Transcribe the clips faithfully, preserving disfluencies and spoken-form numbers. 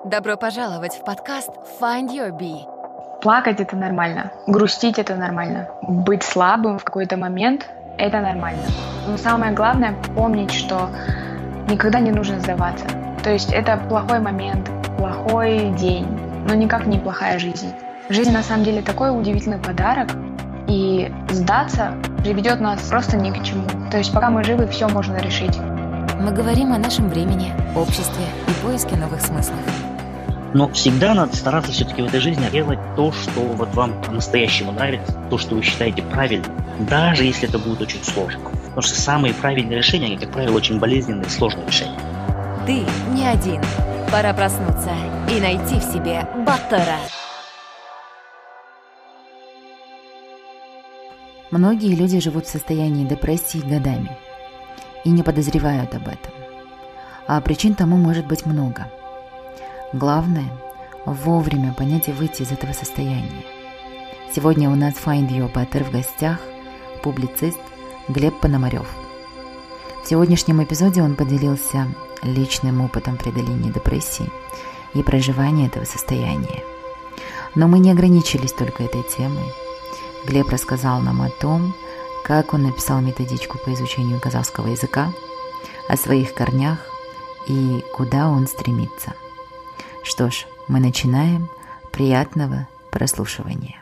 Добро пожаловать в подкаст Find Your Bee. Плакать — это нормально, грустить — это нормально, быть слабым в какой-то момент — это нормально. Но самое главное — помнить, что никогда не нужно сдаваться. То есть это плохой момент, плохой день, но никак не плохая жизнь. Жизнь на самом деле такой удивительный подарок, и сдаться приведет нас просто ни к чему. То есть пока мы живы, все можно решить. Мы говорим о нашем времени, обществе и поиске новых смыслов. Но всегда надо стараться все-таки в этой жизни делать то, что вот вам по-настоящему нравится, то, что вы считаете правильным, даже если это будет очень сложно. Потому что самые правильные решения, они, как правило, очень болезненные и сложные решения. Ты не один. Пора проснуться и найти в себе Баттера. Многие люди живут в состоянии депрессии годами и не подозревают об этом. А причин тому может быть много. Главное – вовремя понять и выйти из этого состояния. Сегодня у нас Find Your Better в гостях публицист Глеб Пономарев. В сегодняшнем эпизоде он поделился личным опытом преодоления депрессии и проживания этого состояния. Но мы не ограничились только этой темой. Глеб рассказал нам о том, как он написал методичку по изучению казахского языка, о своих корнях и куда он стремится. Что ж, мы начинаем. Приятного прослушивания.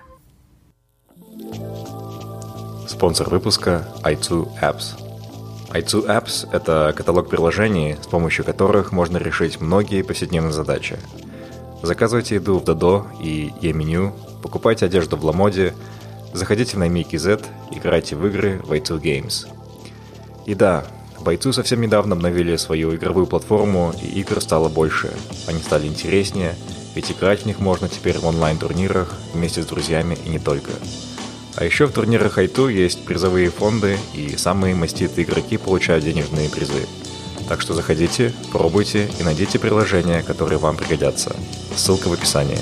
Спонсор выпуска ай ту Apps. ай ту Apps – это каталог приложений, с помощью которых можно решить многие повседневные задачи. Заказывайте еду в Додо и Е-меню, покупайте одежду в Ламоде, заходите в найми точка кей зет, играйте в игры в ай ту Games. И да, в ай ту совсем недавно обновили свою игровую платформу, и игр стало больше. Они стали интереснее, ведь играть в них можно теперь в онлайн-турнирах вместе с друзьями и не только. А еще в турнирах ай ту есть призовые фонды, и самые маститые игроки получают денежные призы. Так что заходите, пробуйте и найдите приложения, которые вам пригодятся. Ссылка в описании.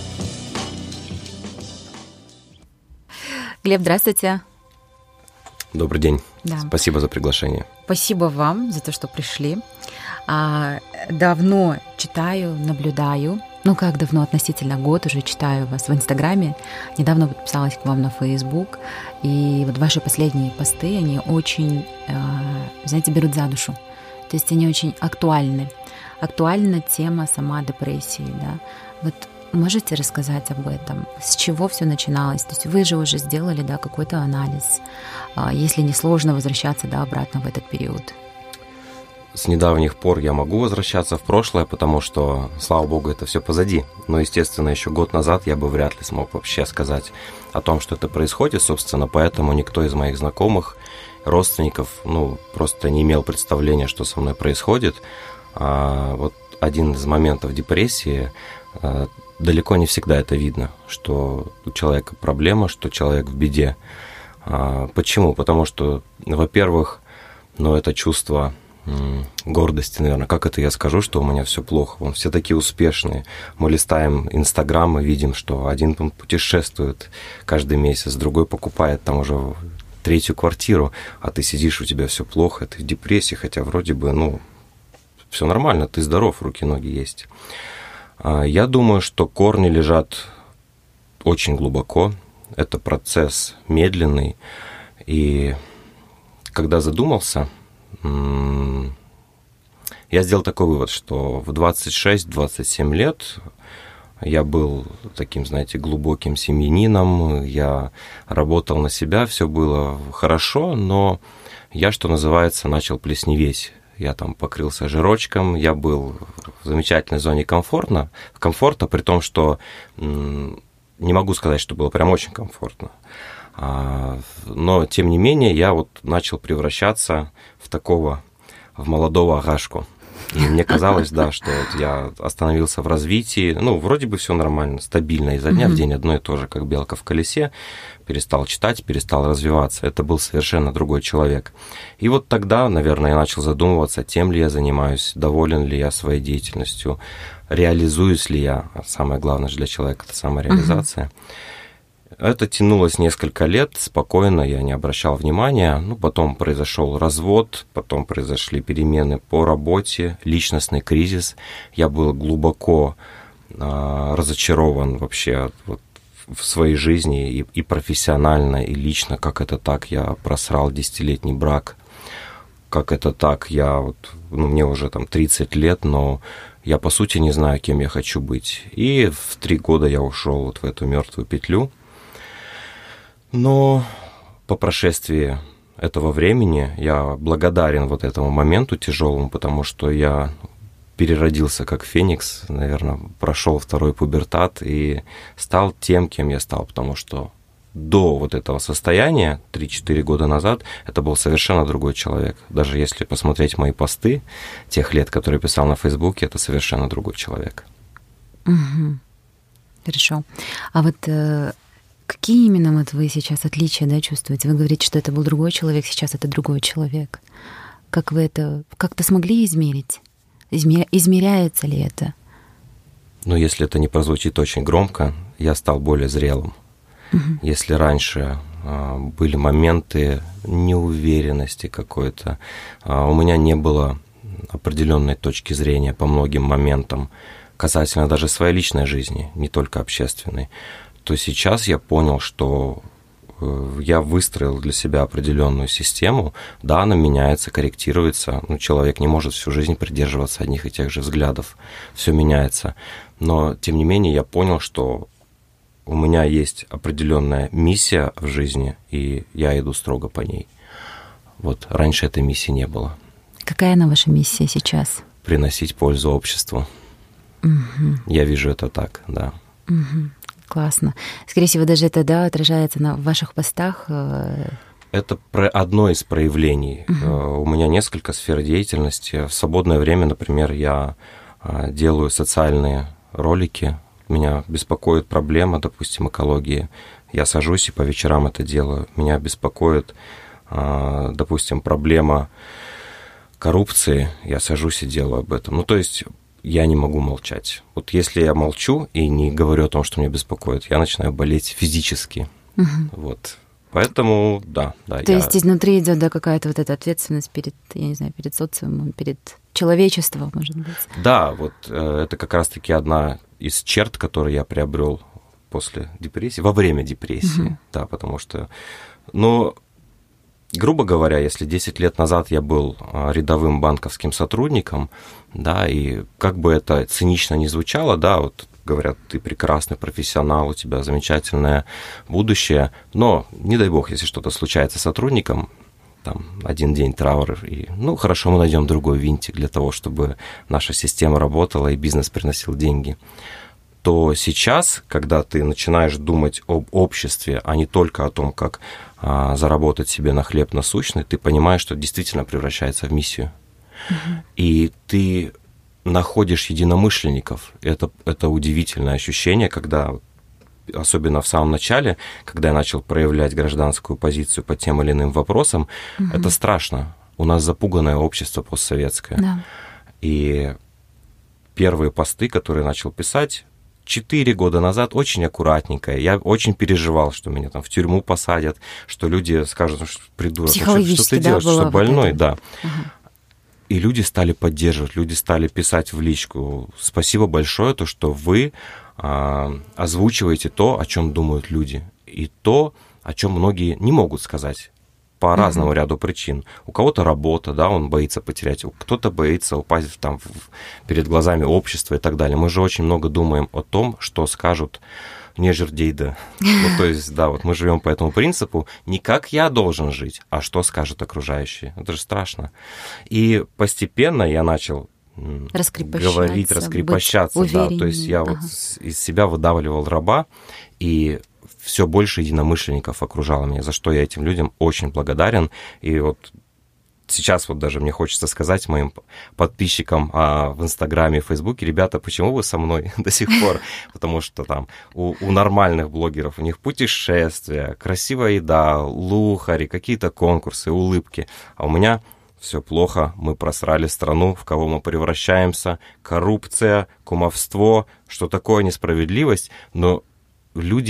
Глеб, здравствуйте. Добрый день. Да. Спасибо за приглашение. Спасибо вам за то, что пришли. А, давно читаю, наблюдаю. Ну, как давно? Относительно год уже читаю вас в Инстаграме. Недавно подписалась к вам на Фейсбук. И вот ваши последние посты, они очень, знаете, берут за душу. То есть они очень актуальны. Актуальна тема сама депрессии, да. Вот можете рассказать об этом? С чего все начиналось? То есть вы же уже сделали, да, какой-то анализ. Если не сложно возвращаться, да, обратно в этот период. С недавних пор я могу возвращаться в прошлое, потому что, слава богу, это все позади. Но, естественно, еще год назад я бы вряд ли смог вообще сказать о том, что это происходит. Собственно, поэтому никто из моих знакомых, родственников, ну, просто не имел представления, что со мной происходит. А вот один из моментов депрессии, далеко не всегда это видно, что у человека проблема, что человек в беде. Почему? Потому что, во-первых, ну, это чувство гордости, наверное. Как это я скажу, что у меня все плохо? Вон, все такие успешные. Мы листаем Инстаграм и видим, что один путешествует каждый месяц, другой покупает там уже третью квартиру, а ты сидишь, у тебя все плохо, ты в депрессии, хотя вроде бы, ну, все нормально, ты здоров, руки, ноги есть. Я думаю, что корни лежат очень глубоко. Это процесс медленный. И когда задумался, я сделал такой вывод, что в двадцать шесть - двадцать семь лет я был таким, знаете, глубоким семьянином, я работал на себя, все было хорошо, но я, что называется, начал плесневеть. Я там покрылся жирочком, я был в замечательной зоне комфортно, комфорта, при том, что м, не могу сказать, что было прям очень комфортно. А, но, тем не менее, я вот начал превращаться в такого, в молодого агашку. И мне казалось, да, что вот я остановился в развитии, ну, вроде бы все нормально, стабильно, изо дня mm-hmm. в день одно и то же, как белка в колесе, перестал читать, перестал развиваться. Это был совершенно другой человек. И вот тогда, наверное, я начал задумываться, тем ли я занимаюсь, доволен ли я своей деятельностью, реализуюсь ли я, а самое главное же для человека – это самореализация. Это тянулось несколько лет, спокойно, я не обращал внимания. Ну, потом произошел развод, потом произошли перемены по работе, личностный кризис. Я был глубоко а, разочарован вообще вот, в своей жизни и, и профессионально, и лично, как это так, я просрал десятилетний брак, как это так, я вот, ну, мне уже там тридцать лет, но я по сути не знаю, кем я хочу быть. И в три года я ушел вот в эту мертвую петлю. Но по прошествии этого времени я благодарен вот этому моменту тяжелому, потому что я переродился как феникс, наверное, прошел второй пубертат и стал тем, кем я стал, потому что до вот этого состояния, три-четыре года назад, это был совершенно другой человек. Даже если посмотреть мои посты тех лет, которые я писал на Фейсбуке, это совершенно другой человек. Угу. Хорошо. А вот э, какие именно вот вы сейчас отличия, да, чувствуете? Вы говорите, что это был другой человек, сейчас это другой человек. Как вы это как-то смогли измерить? Измер... Измеряется ли это? Ну, если это не прозвучит очень громко, я стал более зрелым. Угу. Если раньше а, были моменты неуверенности какой-то, а, у меня не было определенной точки зрения по многим моментам, касательно даже своей личной жизни, не только общественной, то сейчас я понял, что я выстроил для себя определенную систему, да, она меняется, корректируется, ну, человек не может всю жизнь придерживаться одних и тех же взглядов, все меняется, но, тем не менее, я понял, что у меня есть определенная миссия в жизни, и я иду строго по ней. Вот, раньше этой миссии не было. Какая она ваша миссия сейчас? Приносить пользу обществу. Угу. Я вижу это так, да. Угу. Классно. Скорее всего, даже это, да, отражается на ваших постах. Это одно из проявлений. Uh-huh. У меня несколько сфер деятельности. В свободное время, например, я делаю социальные ролики. Меня беспокоит проблема, допустим, экологии. Я сажусь и по вечерам это делаю. Меня беспокоит, допустим, проблема коррупции. Я сажусь и делаю об этом. Ну, то есть я не могу молчать. Вот если я молчу и не говорю о том, что меня беспокоит, я начинаю болеть физически. Угу. Вот. Поэтому, да, да. То я... есть изнутри идет, да, какая-то вот эта ответственность перед, я не знаю, перед социумом, перед человечеством, может быть. Да, вот э, это как раз-таки одна из черт, которые я приобрел после депрессии, во время депрессии, угу. да, потому что, ну, грубо говоря, если десять лет назад я был рядовым банковским сотрудником, да, и как бы это цинично ни звучало, да, вот говорят, ты прекрасный профессионал, у тебя замечательное будущее, но, не дай бог, если что-то случается с сотрудником, там, один день траур, и, ну, хорошо, мы найдем другой винтик для того, чтобы наша система работала и бизнес приносил деньги, то сейчас, когда ты начинаешь думать об обществе, а не только о том, как а, заработать себе на хлеб насущный, ты понимаешь, что это действительно превращается в миссию. Uh-huh. И ты находишь единомышленников. Это, это удивительное ощущение, когда, особенно в самом начале, когда я начал проявлять гражданскую позицию по тем или иным вопросам, uh-huh. это страшно. У нас запуганное общество постсоветское. Yeah. И первые посты, которые я начал писать, Четыре года назад очень аккуратненько. Я очень переживал, что меня там в тюрьму посадят, что люди скажут, что придурок, что ты да, делаешь, что больной, вот да. Ага. И люди стали поддерживать, люди стали писать в личку. Спасибо большое, то, что вы а, озвучиваете то, о чем думают люди, и то, о чем многие не могут сказать. По разному uh-huh. ряду причин. У кого-то работа, да, он боится потерять, кто-то боится упасть там, в, перед глазами общества и так далее. Мы же очень много думаем о том, что скажут не жердейда. Ну, то есть, да, вот мы живем по этому принципу, не как я должен жить, а что скажут окружающие. Это же страшно. И постепенно я начал говорить, раскрепощаться, да, то есть я ага. вот из себя выдавливал раба, и все больше единомышленников окружало меня, за что я этим людям очень благодарен. И вот сейчас вот даже мне хочется сказать моим подписчикам а, в Инстаграме и Фейсбуке: ребята, почему вы со мной до сих пор? Потому что там у, у нормальных блогеров, у них путешествия, красивая еда, лухари, какие-то конкурсы, улыбки. А у меня все плохо, мы просрали страну, в кого мы превращаемся, коррупция, кумовство, что такое несправедливость. Но люди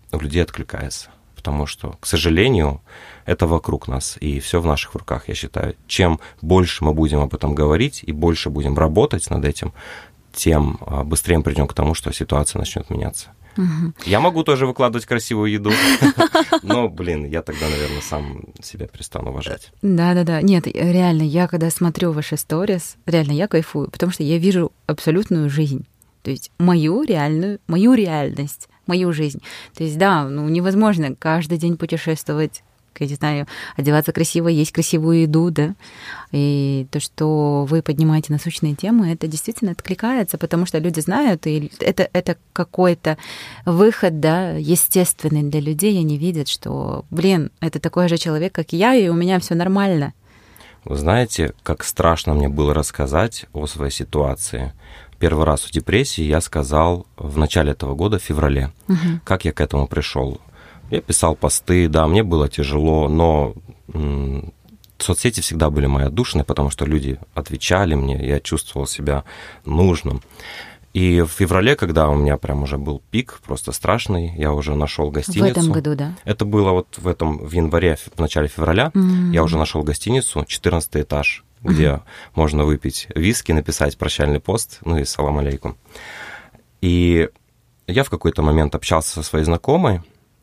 у людей откликается. Потому что, к сожалению, это вокруг нас, и все в наших руках, я считаю. Чем больше мы будем об этом говорить и больше будем работать над этим, тем быстрее мы придем к тому, что ситуация начнет меняться. Угу. Я могу тоже выкладывать красивую еду, но, блин, я тогда, наверное, сам себя перестану уважать. Да-да-да. Нет, реально, я когда смотрю ваши сторис, реально, я кайфую, потому что я вижу абсолютную жизнь. То есть мою реальную, мою реальность, мою жизнь. То есть, да, ну, невозможно каждый день путешествовать, я не знаю, одеваться красиво, есть красивую еду, да, и то, что вы поднимаете насущные темы, это действительно откликается, потому что люди знают, и это, это какой-то выход, да, естественный для людей, они видят, что, блин, это такой же человек, как и я, и у меня все нормально. Вы знаете, как страшно мне было рассказать о своей ситуации. Первый раз в депрессии я сказал в начале этого года, в феврале. Угу. Как я к этому пришел? Я писал посты, да, мне было тяжело, но м- соцсети всегда были мои отдушины, потому что люди отвечали мне, я чувствовал себя нужным. И в феврале, когда у меня прям уже был пик, просто страшный, я уже нашел гостиницу. В этом году, да? Это было вот в этом, в январе, в начале февраля, mm-hmm. я уже нашел гостиницу, четырнадцатый этаж, где mm-hmm. можно выпить виски, написать прощальный пост, ну и салам алейкум. И я в какой-то момент общался со своей знакомой,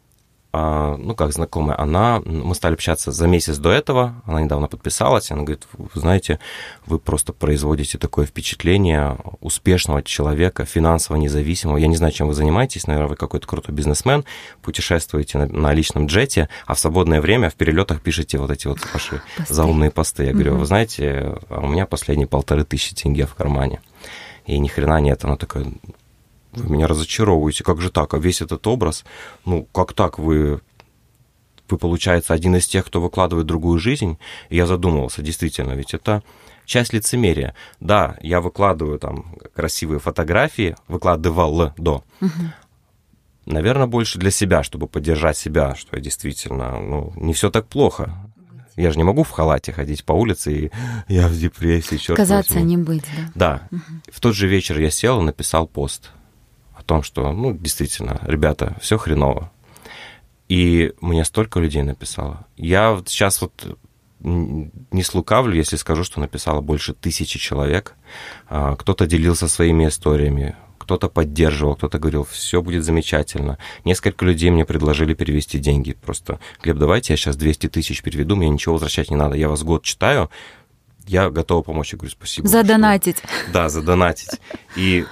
ну, как знакомая, она, мы стали общаться за месяц до этого, она недавно подписалась, она говорит, вы знаете, вы просто производите такое впечатление успешного человека, финансово независимого, я не знаю, чем вы занимаетесь, наверное, вы какой-то крутой бизнесмен, путешествуете на, на личном джете, а в свободное время в перелетах пишете вот эти вот ваши посты. Заумные посты. Я говорю, вы знаете, а у меня последние полторы тысячи тенге в кармане, и ни хрена нет, она такая... Вы меня разочаровываете, как же так? А весь этот образ, ну, как так вы, вы, получается, один из тех, кто выкладывает другую жизнь? И я задумывался, действительно, ведь это часть лицемерия. Да, я выкладываю там красивые фотографии, выкладывал до. Угу. Наверное, больше для себя, чтобы поддержать себя, что я действительно, ну, не все так плохо. Я же не могу в халате ходить по улице, и я в депрессии, черт возьми. Казаться, не быть, да? Да. Угу. В тот же вечер я сел и написал пост о том, что, ну, действительно, ребята, все хреново. И мне столько людей написало. Я сейчас вот не слукавлю, если скажу, что написало больше тысячи человек. Кто-то делился своими историями, кто-то поддерживал, кто-то говорил, все будет замечательно. Несколько людей мне предложили перевести деньги. Просто, Глеб, давайте я сейчас двести тысяч переведу, мне ничего возвращать не надо. Я вас год читаю, я готова помочь. Я говорю, спасибо. Задонатить. Что... Да, задонатить. И...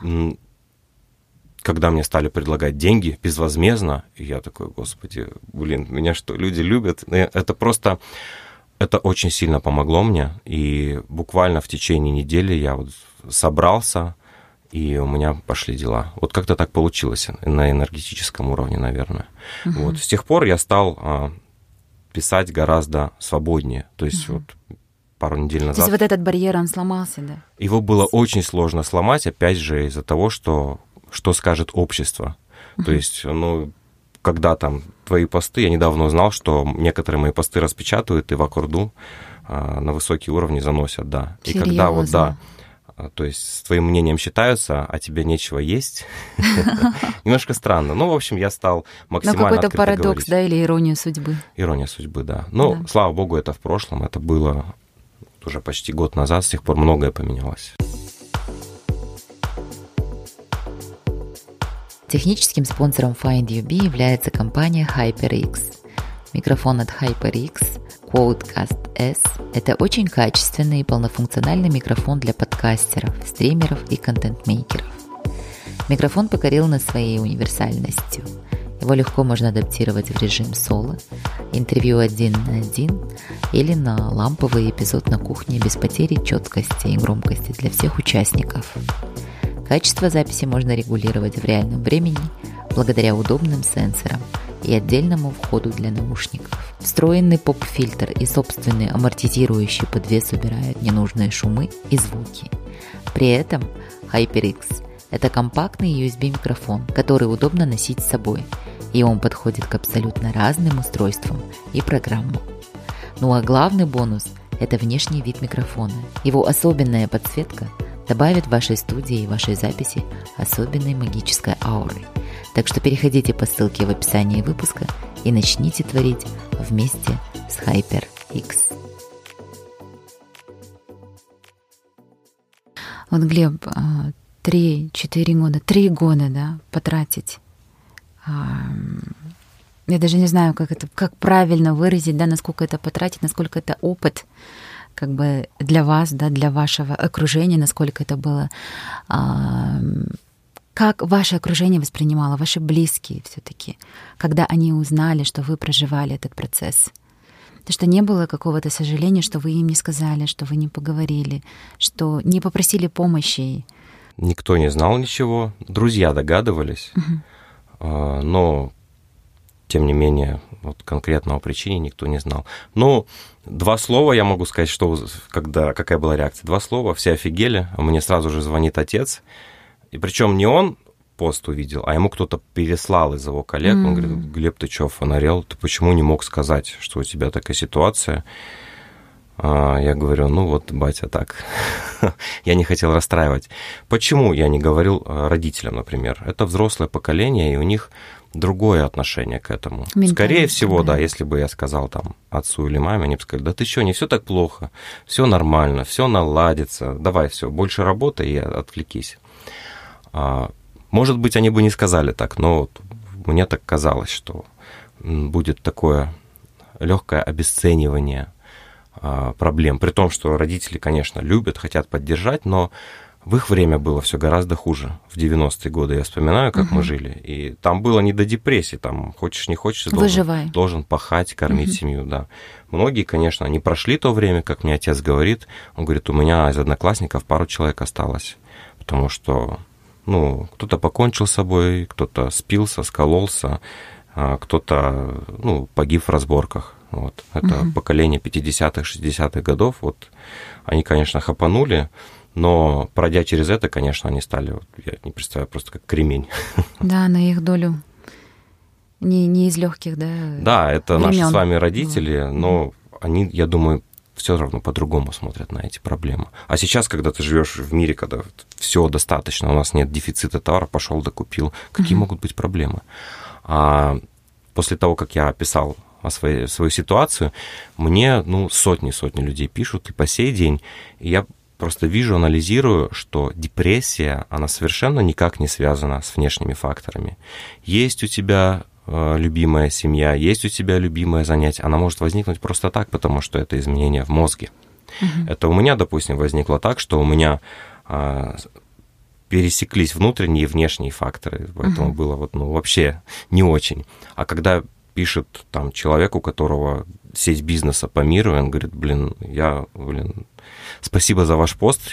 когда мне стали предлагать деньги безвозмездно, и я такой, господи, блин, меня что, люди любят? Это просто, это очень сильно помогло мне, и буквально в течение недели я вот собрался, и у меня пошли дела. Вот как-то так получилось на энергетическом уровне, наверное. Угу. Вот. С тех пор я стал а, писать гораздо свободнее, то есть угу. вот пару недель назад. То есть вот этот барьер, он сломался, да? Его было очень сложно сломать, опять же, из-за того, что что скажет общество. Uh-huh. То есть, ну, когда там твои посты, я недавно узнал, что некоторые мои посты распечатывают и в Аккорду а, на высокие уровни заносят, да. Серьезно? И когда вот, да, то есть с твоим мнением считаются, а тебе нечего есть, немножко странно. Ну, в общем, я стал максимально открыто говорить. Но какой-то парадокс, да, или ирония судьбы? Ирония судьбы, да. Ну, слава богу, это в прошлом, это было уже почти год назад, с тех пор многое поменялось. Техническим спонсором FindUB является компания HyperX. Микрофон от HyperX Quodecast S – это очень качественный и полнофункциональный микрофон для подкастеров, стримеров и контент-мейкеров. Микрофон покорил нас своей универсальностью. Его легко можно адаптировать в режим соло, интервью один на один или на ламповый эпизод на кухне без потери четкости и громкости для всех участников. Качество записи можно регулировать в реальном времени благодаря удобным сенсорам и отдельному входу для наушников. Встроенный поп-фильтр и собственный амортизирующий подвес убирают ненужные шумы и звуки. При этом HyperX – это компактный ю эс би-микрофон, который удобно носить с собой, и он подходит к абсолютно разным устройствам и программам. Ну а главный бонус – это внешний вид микрофона. Его особенная подсветка добавит в вашей студии и вашей записи особенной магической ауры. Так что переходите по ссылке в описании выпуска и начните творить вместе с HyperX. Вот, Глеб, три-четыре года, три года, да, потратить. Я даже не знаю, как это, как правильно выразить, да, насколько это потратить, насколько это опыт, как бы для вас, да, для вашего окружения, насколько это было. Как ваше окружение воспринимало, ваши близкие все-таки, когда они узнали, что вы проживали этот процесс? То, что не было какого-то сожаления, что вы им не сказали, что вы не поговорили, что не попросили помощи. Никто не знал ничего. Друзья догадывались, угу. но, тем не менее, вот конкретного причины никто не знал. Ну, два слова я могу сказать, что когда, какая была реакция. Два слова, все офигели, а мне сразу же звонит отец. И причем не он пост увидел, а ему кто-то переслал из его коллег. Mm-hmm. Он говорит: Глеб, ты что, фонарел? Ты почему не мог сказать, что у тебя такая ситуация? А я говорю: ну вот, батя, так. Я не хотел расстраивать. Почему я не говорил родителям, например? Это взрослое поколение, и у них другое отношение к этому. Скорее всего, да, если бы я сказал там отцу или маме, они бы сказали: да ты что, не все так плохо, все нормально, все наладится, давай все, больше работай и отвлекись. Может быть, они бы не сказали так, но мне так казалось, что будет такое легкое обесценивание проблем. При том, что родители, конечно, любят, хотят поддержать, но в их время было все гораздо хуже. В девяностые годы я вспоминаю, как угу. мы жили, и там было не до депрессии, там хочешь не хочешь, должен, должен пахать, кормить угу. семью, да. Многие, конечно, не прошли то время, как мне отец говорит. Он говорит: у меня из одноклассников пару человек осталось, потому что ну, кто-то покончил с собой, кто-то спился, скололся, кто-то, ну, погиб в разборках. Вот. Это угу. поколение пятидесятых, шестидесятых годов. Вот. Они, конечно, хапанули, но, пройдя через это, конечно, они стали, вот, я не представляю, просто как кремень. Да, на их долю не, не из легких, да? Да, это времен. Наши с вами родители, но угу. они, я думаю, все равно по-другому смотрят на эти проблемы. А сейчас, когда ты живешь в мире, когда все достаточно, у нас нет дефицита товара, пошел докупил, какие uh-huh. могут быть проблемы? А после того, как я описал своей, свою ситуацию, мне ну, сотни-сотни людей пишут, и по сей день и я просто вижу, анализирую, что депрессия, она совершенно никак не связана с внешними факторами. Есть у тебя любимая семья, есть у тебя любимое занятие, она может возникнуть просто так, потому что это изменение в мозге. Uh-huh. Это у меня, допустим, возникло так, что у меня а, пересеклись внутренние и внешние факторы, поэтому uh-huh. было вот, ну, вообще не очень. А когда пишет там человек, у которого сеть бизнеса по миру, и он говорит: блин, я, блин, спасибо за ваш пост,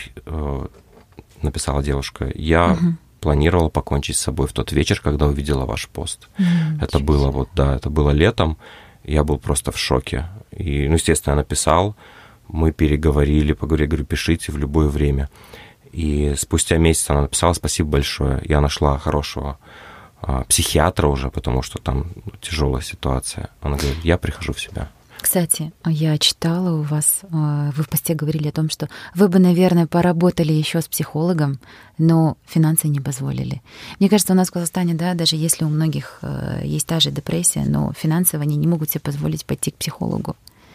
написала девушка, я... Uh-huh. планировала покончить с собой в тот вечер, когда увидела ваш пост. Mm, это было вот, да, это было летом, я был просто в шоке. И, ну, естественно, я написал, мы переговорили, поговорили, говорю: пишите в любое время. И спустя месяц она написала: спасибо большое, я нашла хорошего а, психиатра уже, потому что там тяжелая ситуация. Она говорит: я прихожу в себя. Кстати, я читала у вас, вы в посте говорили о том, что вы бы, наверное, поработали еще с психологом, но финансы не позволили. Мне кажется, у нас в Казахстане, да, даже если у многих есть та же депрессия, но финансово они не могут себе позволить пойти к психологу.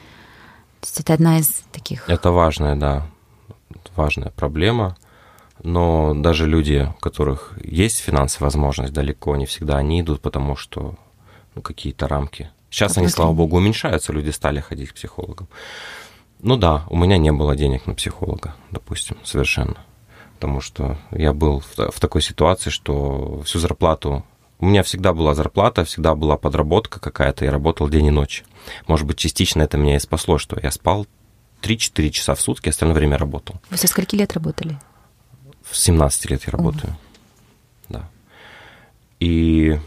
То есть это одна из таких... Это важная, да, важная проблема, но даже люди, у которых есть финансовая возможность, далеко не всегда они идут, потому что ну, какие-то рамки. Сейчас они, слава богу, уменьшаются, люди стали ходить к психологам. Ну да, у меня не было денег на психолога, допустим, совершенно. Потому что я был в, в такой ситуации, что всю зарплату... У меня всегда была зарплата, всегда была подработка какая-то, я работал день и ночь. Может быть, частично это меня и спасло, что я спал три-четыре часа в сутки, остальное время работал. Вы со скольки лет работали? В семнадцать лет я работаю, угу. да. И...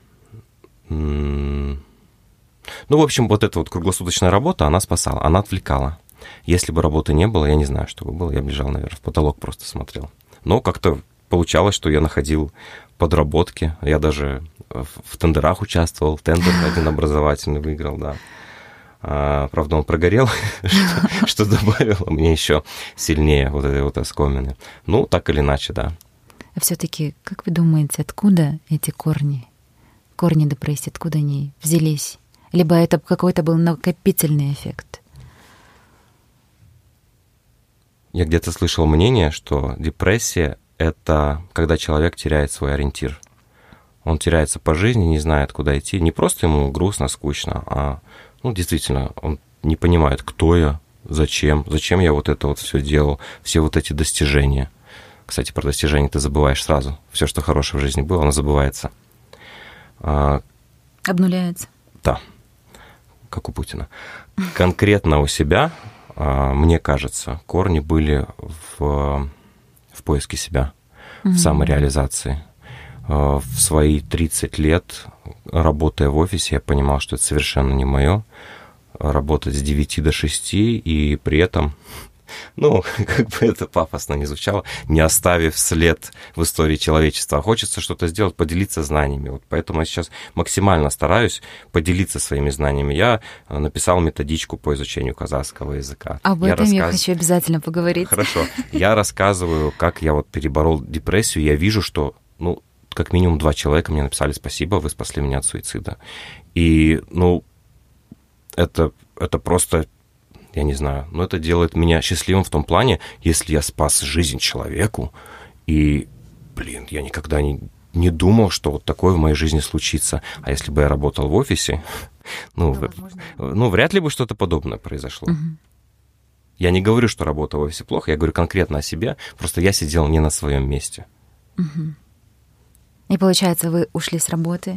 Ну, в общем, вот эта вот круглосуточная работа, она спасала, она отвлекала. Если бы работы не было, я не знаю, что бы было, я бы лежал, наверное, в потолок просто смотрел. Но как-то получалось, что я находил подработки, я даже в тендерах участвовал, тендер один образовательный выиграл, да. Правда, он прогорел, что добавило мне еще сильнее вот этой вот оскомины. Ну, так или иначе, да. А все-таки, как вы думаете, откуда эти корни? Корни депрессии, откуда они взялись? Либо это какой-то был накопительный эффект? Я где-то слышал мнение, что депрессия — это когда человек теряет свой ориентир. Он теряется по жизни, не знает, куда идти. Не просто ему грустно, скучно, а, ну, действительно, он не понимает, кто я, зачем, зачем я вот это вот все делал, все вот эти достижения. Кстати, про достижения ты забываешь сразу. Все, что хорошее в жизни было, оно забывается. Обнуляется. Да, как у Путина. Конкретно у себя, мне кажется, корни были в, в поиске себя, mm-hmm. в самореализации. В свои тридцать лет, работая в офисе, я понимал, что это совершенно не мое. Работать с девяти до шести и при этом, ну, как бы это пафосно не звучало, не оставив след в истории человечества. А хочется что-то сделать, поделиться знаниями. Вот поэтому я сейчас максимально стараюсь поделиться своими знаниями. Я написал методичку по изучению казахского языка. Об я этом рассказ... я хочу обязательно поговорить. Хорошо. Я рассказываю, как я вот переборол депрессию. Я вижу, что, ну, как минимум два человека мне написали: спасибо, вы спасли меня от суицида. И, ну, это, это просто, я не знаю, но это делает меня счастливым в том плане, если я спас жизнь человеку, и, блин, я никогда не, не думал, что вот такое в моей жизни случится. А если бы я работал в офисе, ну, в, ну вряд ли бы что-то подобное произошло. Угу. Я не говорю, что работа в офисе плохо, я говорю конкретно о себе, просто я сидел не на своем месте. Угу. И получается, вы ушли с работы,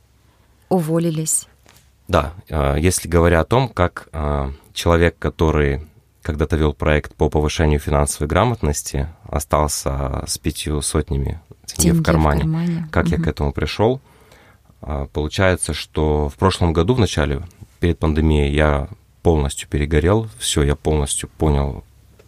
уволились? Да, если говоря о том, как человек, который когда-то вел проект по повышению финансовой грамотности, остался с пятью сотнями тенге в кармане, в кармане. Как угу. я к этому пришел? Получается, что в прошлом году, в начале, перед пандемией, я полностью перегорел, все, я полностью понял,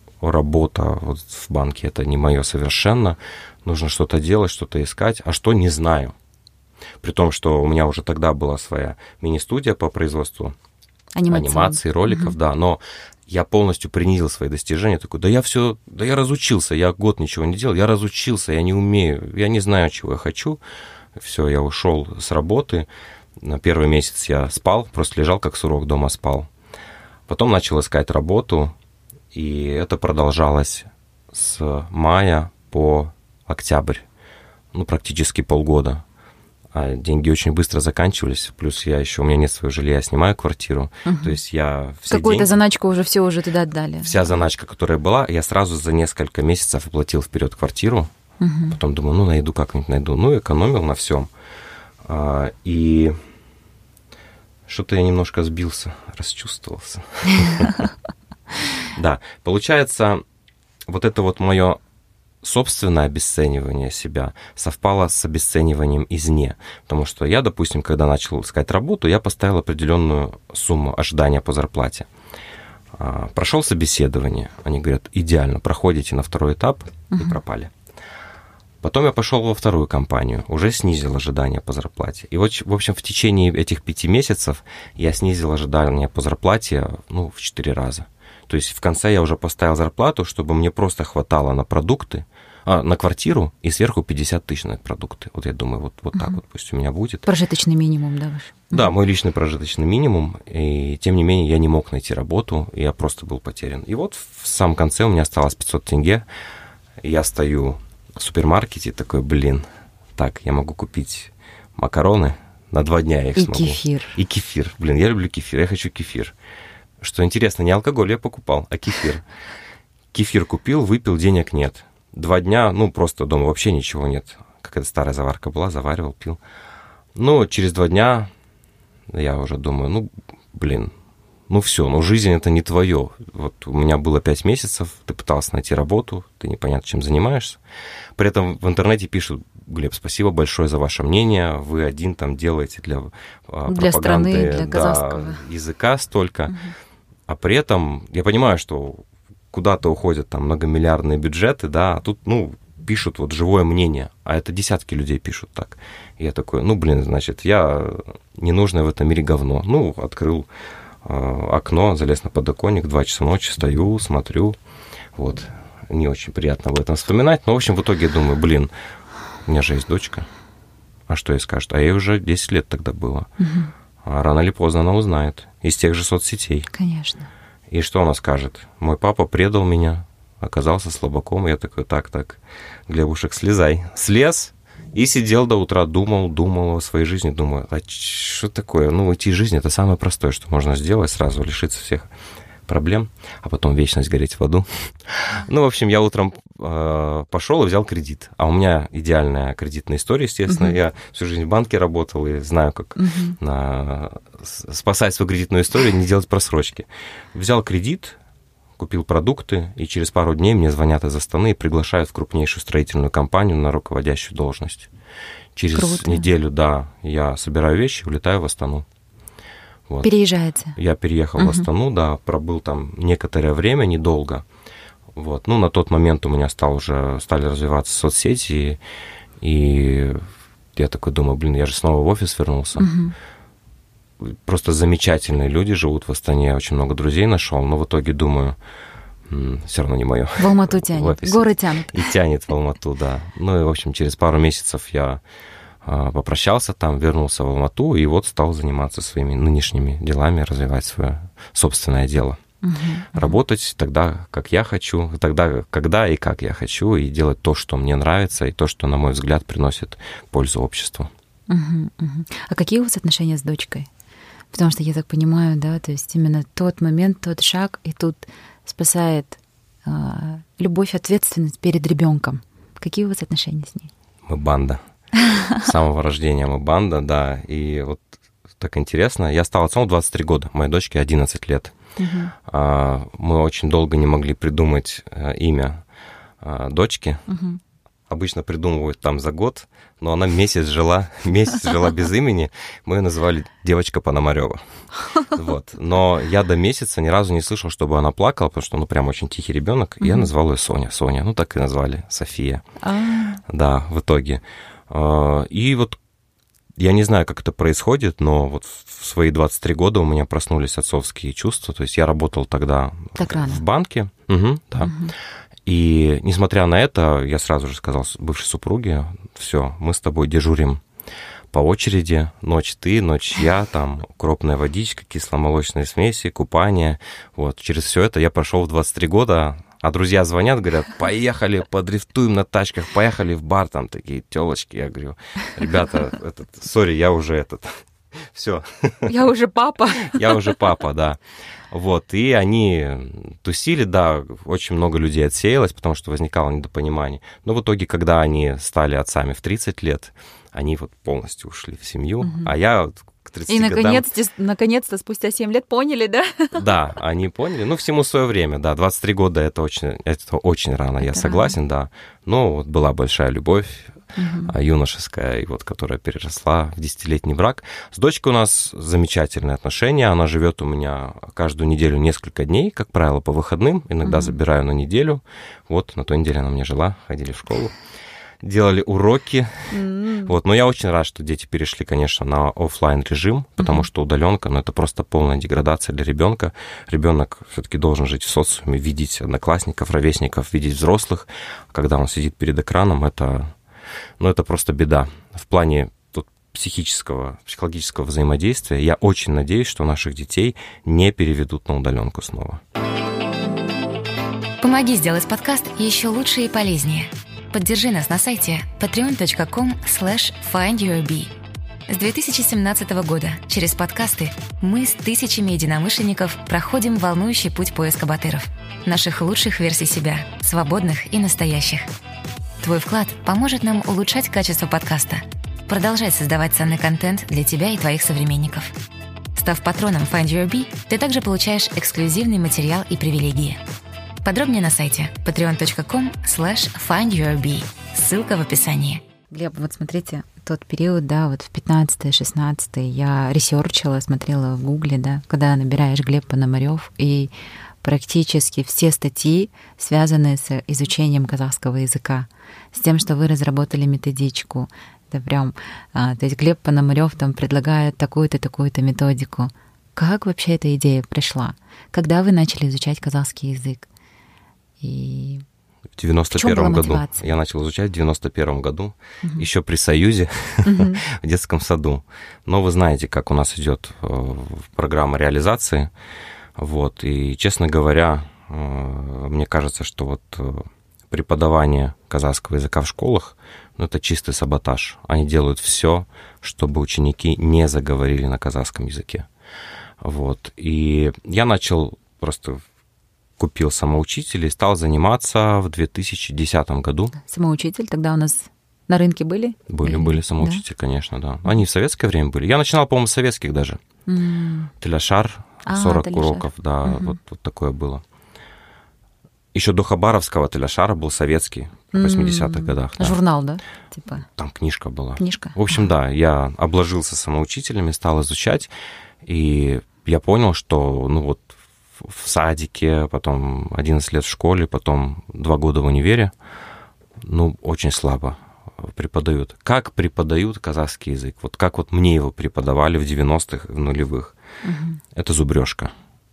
работа вот в банке — это не мое совершенно, нужно что-то делать, что-то искать, а что — не знаю. При том, что у меня уже тогда была своя мини-студия по производству Анимация. анимации, роликов, угу. да, но я полностью принизил свои достижения, такой: да я все, да я разучился, я год ничего не делал, я разучился, я не умею, я не знаю, чего я хочу. Все, я ушел с работы, на первый месяц я спал, просто лежал как сурок, дома спал. Потом начал искать работу, и это продолжалось с мая по октябрь, ну, практически полгода. А деньги очень быстро заканчивались, плюс я еще, у меня нет своего жилья, я снимаю квартиру, угу. то есть я все Какую-то деньги, заначку уже все уже туда отдали. Вся заначка, которая была, я сразу за несколько месяцев оплатил вперед квартиру, угу. потом думаю, ну, найду как-нибудь, найду, ну, экономил на всем. А, и что-то я немножко сбился, расчувствовался. Да, получается, вот это вот мое собственное обесценивание себя совпало с обесцениванием извне. Потому что я, допустим, когда начал искать работу, я поставил определенную сумму ожидания по зарплате. Прошел собеседование. Они говорят: идеально, проходите на второй этап, uh-huh. и пропали. Потом я пошел во вторую компанию, уже снизил ожидания по зарплате. И вот, в общем, в течение этих пяти месяцев я снизил ожидания по зарплате, ну, в четыре раза. То есть в конце я уже поставил зарплату, чтобы мне просто хватало на продукты, а, на квартиру и сверху пятьдесят тысяч на продукты. Вот я думаю, вот, вот uh-huh. так вот пусть у меня будет. Прожиточный минимум, да, ваш? Uh-huh. Да, мой личный прожиточный минимум. И тем не менее я не мог найти работу, и я просто был потерян. И вот в самом конце у меня осталось пятьсот тенге. Я стою в супермаркете, такой: блин, так, я могу купить макароны, на два дня я их и смогу. И кефир. И кефир. Блин, я люблю кефир, я хочу кефир. Что интересно, не алкоголь я покупал, а кефир. Кефир купил, выпил, денег нет. Два дня, ну, просто дома вообще ничего нет. Какая-то старая заварка была, заваривал, пил. Ну, через два дня я уже думаю, ну, блин, ну все, ну жизнь это не твое. Вот у меня было пять месяцев, ты пытался найти работу, ты непонятно чем занимаешься. При этом в интернете пишут: Глеб, спасибо большое за ваше мнение, вы один там делаете для, для пропаганды страны, для да, языка столько. Угу. А при этом я понимаю, что куда-то уходят там многомиллиардные бюджеты, да, а тут, ну, пишут вот живое мнение, а это десятки людей пишут так. И я такой: ну, блин, значит, я ненужное в этом мире говно. Ну, открыл окно, залез на подоконник, два часа ночи, стою, смотрю, вот, не очень приятно об этом вспоминать, но, в общем, в итоге думаю, блин, у меня же есть дочка, а что ей скажет? А ей уже десять лет тогда было. Угу. А рано или поздно она узнает из тех же соцсетей. Конечно. И что она скажет? Мой папа предал меня, оказался слабаком. Я такой, так, так, Глебушек, слезай. Слез и сидел до утра, думал, думал о своей жизни, думаю, а что такое? Ну, уйти из жизни – это самое простое, что можно сделать, сразу лишиться всех проблем, а потом вечность гореть в аду. Ну, в общем, я утром э, пошел и взял кредит. А у меня идеальная кредитная история, естественно. Uh-huh. Я всю жизнь в банке работал и знаю, как uh-huh. на, спасать свою кредитную историю, не делать просрочки. Взял кредит, купил продукты, и через пару дней мне звонят из Астаны и приглашают в крупнейшую строительную компанию на руководящую должность. Через Круто. неделю, да, я собираю вещи, улетаю в Астану. Вот. Переезжаете? Я переехал uh-huh. в Астану, да, пробыл там некоторое время, недолго. Вот. Ну, на тот момент у меня стал уже, стали развиваться соцсети, и я такой думаю, блин, я же снова в офис вернулся. Uh-huh. Просто замечательные люди живут в Астане, очень много друзей нашел, но в итоге думаю, все равно не мое. В Алмату тянет, горы тянут. И тянет в Алмату, да. Ну и, в общем, через пару месяцев я попрощался там, вернулся в Алмату и вот стал заниматься своими нынешними делами, развивать свое собственное дело. Uh-huh. Работать тогда, как я хочу, тогда, когда и как я хочу, и делать то, что мне нравится, и то, что, на мой взгляд, приносит пользу обществу. Uh-huh, uh-huh. А какие у вас отношения с дочкой? Потому что, я так понимаю, да, то есть именно тот момент, тот шаг, и тут спасает э, любовь, ответственность перед ребенком. Какие у вас отношения с ней? Мы банда. С самого рождения мы банда, да. И вот так интересно. Я стал отцом в двадцать три года, моей дочке одиннадцать лет. Uh-huh. Мы очень долго не могли придумать имя дочки. Uh-huh. Обычно придумывают там за год, но она месяц жила, месяц жила без имени. Мы ее называли девочка Пономарёва. Вот. Но я до месяца ни разу не слышал, чтобы она плакала, потому что, ну, прям очень тихий ребенок. И uh-huh. я назвал ее Соня. Соня. Ну, так и назвали. София. Uh-huh. Да, в итоге. И вот я не знаю, как это происходит, но вот в свои двадцать три года у меня проснулись отцовские чувства. То есть я работал тогда так рано. В банке. Угу, да. Угу. И несмотря на это, я сразу же сказал бывшей супруге, все, мы с тобой дежурим по очереди. Ночь ты, ночь я, там укропная водичка, кисломолочные смеси, купание. Вот. Через все это я прошел в двадцать три года. А друзья звонят, говорят, поехали, подрифтуем на тачках, поехали в бар, там такие телочки. Я говорю, ребята, этот, сори, я уже этот, все. Я уже папа. Я уже папа, да. Вот, и они тусили, да, очень много людей отсеялось, потому что возникало недопонимание. Но в итоге, когда они стали отцами в тридцать лет, они вот полностью ушли в семью, угу. а я... И наконец-то, наконец-то спустя семь лет поняли, да? Да, они поняли. Ну, всему свое время, да. двадцать три года это очень, это очень рано, это я согласен, рано. Да. Но вот была большая любовь, угу. юношеская, и вот, которая переросла в десятилетний брак. С дочкой у нас замечательные отношения. Она живет у меня каждую неделю несколько дней, как правило, по выходным. Иногда угу. забираю на неделю. Вот, на той неделе она у меня жила, ходили в школу. Делали уроки. Mm. Вот. Но я очень рад, что дети перешли, конечно, на офлайн режим, потому mm-hmm. что удаленка, ну, это просто полная деградация для ребенка. Ребенок все-таки должен жить в социуме, видеть одноклассников, ровесников, видеть взрослых. Когда он сидит перед экраном, это, ну, это просто беда. В плане тут психического, психологического взаимодействия я очень надеюсь, что наших детей не переведут на удаленку снова. Помоги сделать подкаст еще лучше и полезнее. Поддержи нас на сайте patreon точка com слэш find your bee. С две тысячи семнадцатого года через подкасты мы с тысячами единомышленников проходим волнующий путь поиска батыров, наших лучших версий себя, свободных и настоящих. Твой вклад поможет нам улучшать качество подкаста, продолжать создавать ценный контент для тебя и твоих современников. Став патроном Find Your Bee, ты также получаешь эксклюзивный материал и привилегии. Подробнее на сайте patreon точка com слэш find your bee. Ссылка в описании. Глеб, вот смотрите, тот период, да, вот в пятнадцатый шестнадцатый я ресерчила, смотрела в Гугле, да, когда набираешь Глеб Пономарёв, и практически все статьи, связанные с изучением казахского языка, с тем, что вы разработали методичку. Это прям, а, то есть Глеб Пономарёв там предлагает такую-то, такую-то методику. как вообще эта идея пришла? Когда вы начали изучать казахский язык? И в девяносто первом году. Я начал изучать в девяносто первом году, угу. еще при Союзе, угу. в детском саду. Но вы знаете, как у нас идет программа реализации. Вот. И, честно говоря, мне кажется, что вот преподавание казахского языка в школах, ну, это чистый саботаж. Они делают все, чтобы ученики не заговорили на казахском языке. Вот. И я начал просто... купил самоучитель и стал заниматься в две тысячи десятом году. Самоучитель тогда у нас на рынке были? Были, Или... были самоучители, да? Конечно, да. Они в советское время были. Я начинал, по-моему, с советских даже. Mm. Теляшар, сорок а, уроков, да, mm-hmm. вот, вот такое было. Еще до Хабаровского Теляшара был советский в восьмидесятых mm-hmm. годах. Да. Журнал, да? Типа. Там книжка была. Книжка. В общем, да, я обложился самоучителями, стал изучать, и я понял, что, ну вот, в садике, потом одиннадцать лет в школе, потом два года в универе, ну, очень слабо преподают. Как преподают казахский язык? Вот как вот мне его преподавали в девяностых, в нулевых. Угу. Это зубрежка.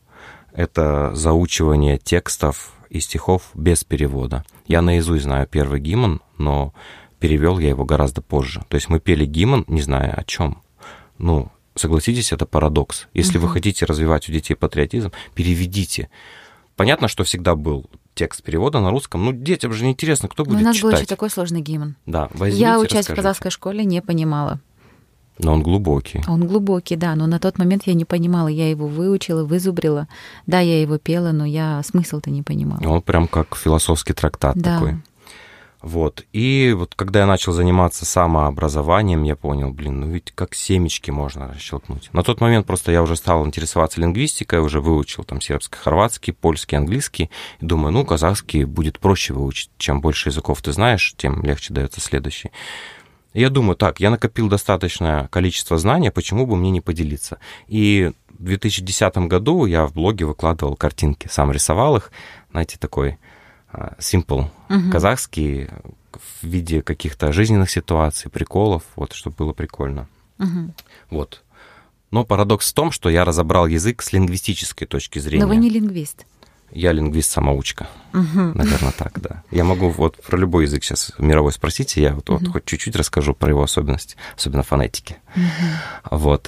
Это заучивание текстов и стихов без перевода. Я наизусть знаю первый гимн, но перевел я его гораздо позже. То есть мы пели гимн, не зная о чем. Ну, согласитесь, это парадокс. Если угу. вы хотите развивать у детей патриотизм, переведите. Понятно, что всегда был текст перевода на русском. Ну, детям же неинтересно, кто будет читать. У нас читать. Был еще такой сложный гимн. Да, возьмите, я, учась расскажите. В казахской школе, не понимала. Но он глубокий. Он глубокий, да, но на тот момент я не понимала. Я его выучила, вызубрила. Да, я его пела, но я смысл-то не понимала. Он прям как философский трактат да. такой. Вот. И вот когда я начал заниматься самообразованием, я понял, блин, ну ведь как семечки можно расщелкнуть. На тот момент просто я уже стал интересоваться лингвистикой, уже выучил там сербско-хорватский, польский, английский. И думаю, ну, казахский будет проще выучить. Чем больше языков ты знаешь, тем легче дается следующий. И я думаю, так, я накопил достаточное количество знаний, почему бы мне не поделиться? И в две тысячи десятом году я в блоге выкладывал картинки, сам рисовал их, знаете, такой... simple, uh-huh. казахский, в виде каких-то жизненных ситуаций, приколов, вот, чтобы было прикольно. Uh-huh. Вот. Но парадокс в том, что я разобрал язык с лингвистической точки зрения. Но вы не лингвист. Я лингвист-самоучка. Uh-huh. Наверное, так, да. Я могу вот про любой язык сейчас мировой спросите, я вот, uh-huh. вот хоть чуть-чуть расскажу про его особенности, особенно фонетики. Uh-huh. Вот.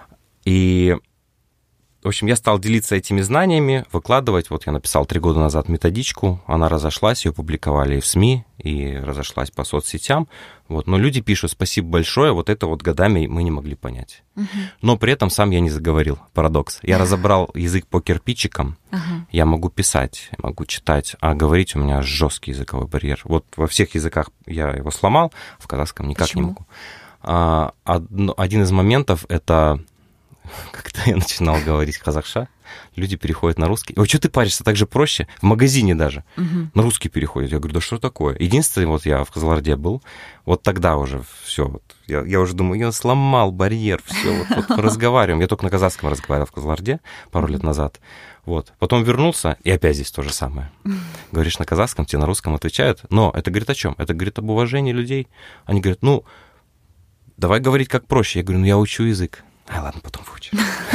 И... В общем, я стал делиться этими знаниями, выкладывать. Вот я написал три года назад методичку, она разошлась, ее публиковали и в СМИ, и разошлась по соцсетям. Вот. Но люди пишут, спасибо большое, вот это вот годами мы не могли понять. Uh-huh. Но при этом сам я не заговорил, парадокс. Я uh-huh. разобрал язык по кирпичикам, uh-huh. я могу писать, я могу читать, а говорить у меня жесткий языковой барьер. Вот во всех языках я его сломал, в казахском никак Почему? не могу. А, один из моментов — это... Когда я начинал говорить казахша, люди переходят на русский. Ой, что ты паришься, так же проще. В магазине даже угу. на русский переходят. Я говорю, да что такое? Единственное, вот я в Казаларде был, вот тогда уже все. Вот, я, я уже думаю, я сломал барьер, все, вот, вот разговариваем. Я только на казахском разговаривал в Казаларде пару лет назад. Вот. Потом вернулся, и опять здесь то же самое. Говоришь на казахском, тебе на русском отвечают. Но это говорит о чем? Это говорит об уважении людей. Они говорят, ну, давай говорить как проще. Я говорю, ну, я учу язык. А, ладно, потом выучишь.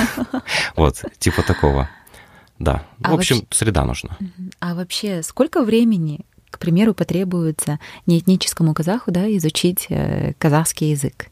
Вот, типа такого. Да. В общем, среда нужна. А вообще, сколько времени, к примеру, потребуется неэтническому казаху, да, изучить казахский язык?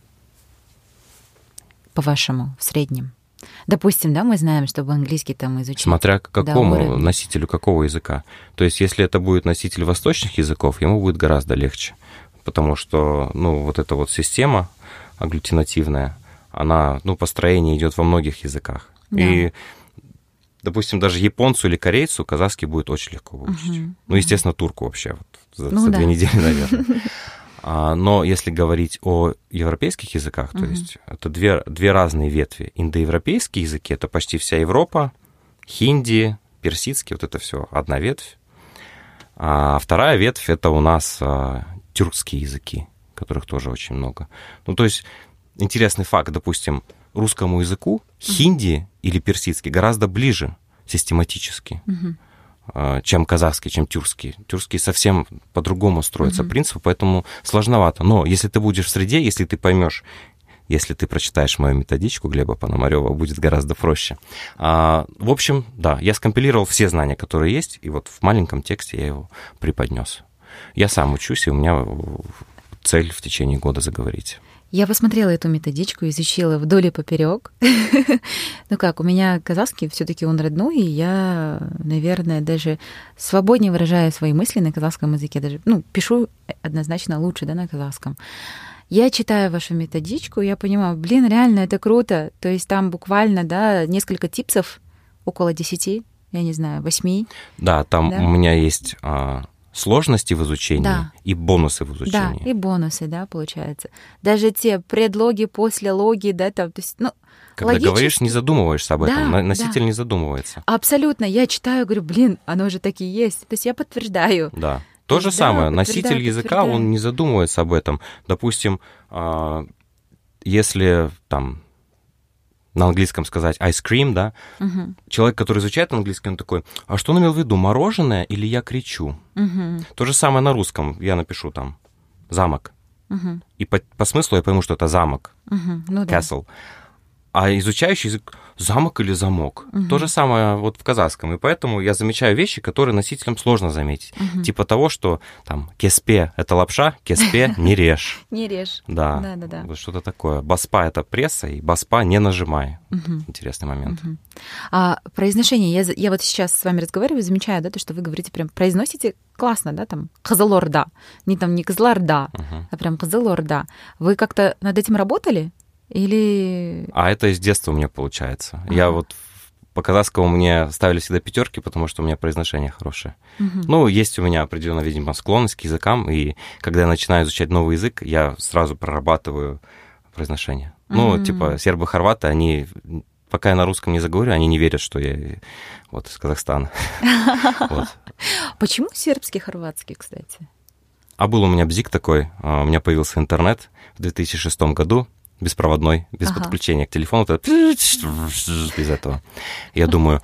По-вашему, в среднем? Допустим, да, мы знаем, чтобы английский там изучить. Смотря к какому носителю какого языка. То есть, если это будет носитель восточных языков, ему будет гораздо легче. Потому что, ну, вот эта вот система агглютинативная, она, ну, построение идет во многих языках. Да. И, допустим, даже японцу или корейцу казахский будет очень легко выучить. Uh-huh. Ну, естественно, турку вообще вот за, ну, за да. две недели, наверное. а, но если говорить о европейских языках, uh-huh. то есть это две, две разные ветви. Индоевропейские языки — это почти вся Европа, хинди, персидский, вот это все одна ветвь. А вторая ветвь — это у нас а, тюркские языки, которых тоже очень много. Ну, то есть... Интересный факт, допустим, русскому языку хинди или персидский гораздо ближе систематически, uh-huh. чем казахский, чем тюркский. Тюркский совсем по-другому строится uh-huh. принцип, поэтому сложновато. Но если ты будешь в среде, если ты поймешь Если ты прочитаешь мою методичку Глеба Пономарёва, будет гораздо проще. А, в общем, да, я скомпилировал все знания, которые есть, и вот в маленьком тексте я его преподнес. Я сам учусь, и у меня цель в течение года заговорить. Я посмотрела эту методичку, изучила вдоль и поперек. Ну как, у меня казахский все-таки он родной, и я, наверное, даже свободнее выражаю свои мысли на казахском языке. Даже, ну, пишу однозначно лучше, да, на казахском. Я читаю вашу методичку, я понимаю, блин, реально это круто. То есть там буквально, да, несколько типсов, около десяти, я не знаю, восьми. Да, там да? у меня есть а, сложности в изучении, да, и бонусы в изучении. Да, и бонусы, да, получается. Даже те предлоги, послелоги, да, там, то есть, ну, когда логически... говоришь, не задумываешься об этом, да, носитель да. не задумывается. Абсолютно, я читаю, говорю, блин, оно же так и есть. То есть я подтверждаю. Да. То же да, самое, носитель языка, он не задумывается об этом. Допустим, если там на английском сказать ice cream, да, угу. Человек, который изучает английский, он такой, а что он имел в виду, мороженое или я кричу? Угу. То же самое на русском, я напишу там замок. Угу. И по, по смыслу я пойму, что это замок, угу. ну, castle. Да. А изучающий язык замок или замок. Угу. То же самое вот в казахском. И поэтому я замечаю вещи, которые носителям сложно заметить. Угу. Типа того, что там кеспе — это лапша, кеспе — не режь. Не режь. Да. Да, да, да. Вот что-то такое. Баспа — это пресса, и баспа — не нажимай. Угу. Интересный момент. Угу. А произношение. Я, я вот сейчас с вами разговариваю, замечаю, да, то, что вы говорите, прям произносите классно, да, там, Кызылорда. Не там не Кызылорда, угу. а прям Кызылорда. Вы как-то над этим работали? Или... А это из детства у меня получается. Ага. Я вот по казахскому мне ставили всегда пятерки, потому что у меня произношение хорошее. Угу. Ну, есть у меня определенная, видимо, склонность к языкам, и когда я начинаю изучать новый язык, я сразу прорабатываю произношение. Угу. Ну, типа сербы-хорваты, они... Пока я на русском не заговорю, они не верят, что я вот из Казахстана. Почему сербский, хорватский, кстати? А был у меня бзик такой, у меня появился интернет в две тысячи шестом году, беспроводной, без ага. подключения к телефону, без этого. Я думаю,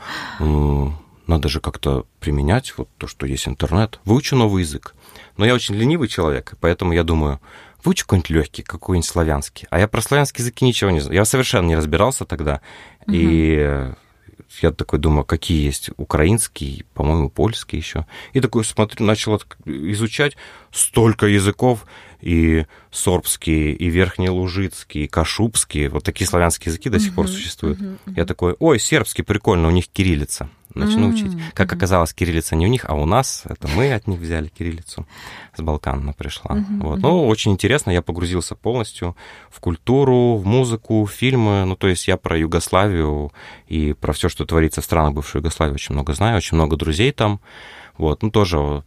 надо же как-то применять вот то, что есть интернет. Выучу новый язык. Но я очень ленивый человек, поэтому я думаю, выучу какой-нибудь легкий, какой-нибудь славянский. А я про славянские языки ничего не знаю. Я совершенно не разбирался тогда. Угу. И я такой думаю, какие есть украинские, по-моему, польские еще. И такой смотрю, начал изучать столько языков. И сорбские, и верхнелужицкие, и кашубские. Вот такие славянские языки до сих uh-huh, пор существуют. Uh-huh, uh-huh. Я такой, ой, сербский, прикольно, у них кириллица. Начну uh-huh, учить. Как uh-huh. оказалось, кириллица не у них, а у нас. Это мы от них взяли кириллицу. С Балкан она пришла. Uh-huh, вот. uh-huh. Ну, очень интересно, я погрузился полностью в культуру, в музыку, в фильмы. Ну, то есть я про Югославию и про все, что творится в странах бывшей Югославии, очень много знаю, очень много друзей там. Вот, ну, тоже...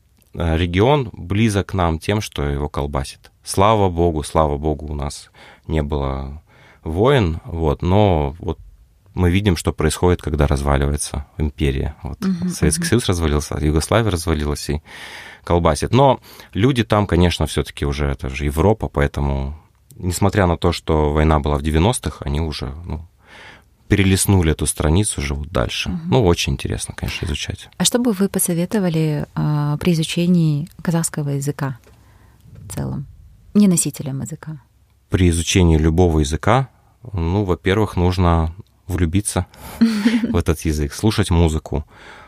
Регион близок к нам тем, что его колбасит. Слава богу, слава богу, у нас не было войн, вот, но вот мы видим, что происходит, когда разваливается империя. Вот, uh-huh, Советский uh-huh. Союз развалился, Югославия развалилась и колбасит. Но люди там, конечно, все-таки уже, это же Европа, поэтому, несмотря на то, что война была в девяностых, они уже... Ну, перелистнули эту страницу, живут дальше. Угу. Ну, очень интересно, конечно, изучать. А что бы вы посоветовали э, при изучении казахского языка в целом, не носителям языка? При изучении любого языка, ну, во-первых, нужно влюбиться в этот язык, слушать музыку.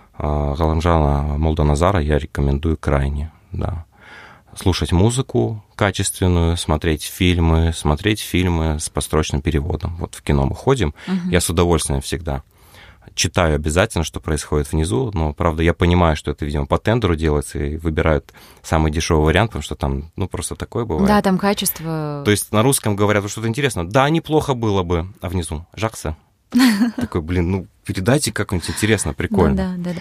Галамжана Молданазара я рекомендую крайне, да. Слушать музыку качественную, смотреть фильмы, смотреть фильмы с построчным переводом. Вот в кино мы ходим, uh-huh. я с удовольствием всегда читаю обязательно, что происходит внизу, но, правда, я понимаю, что это, видимо, по тендеру делается, и выбирают самый дешевый вариант, потому что там, ну, просто такое бывает. Да, там качество... То есть на русском говорят, вот что-то интересно. Да, неплохо было бы, а внизу Жакса. Такой, блин, ну, передайте как-нибудь интересно, прикольно. Да, да,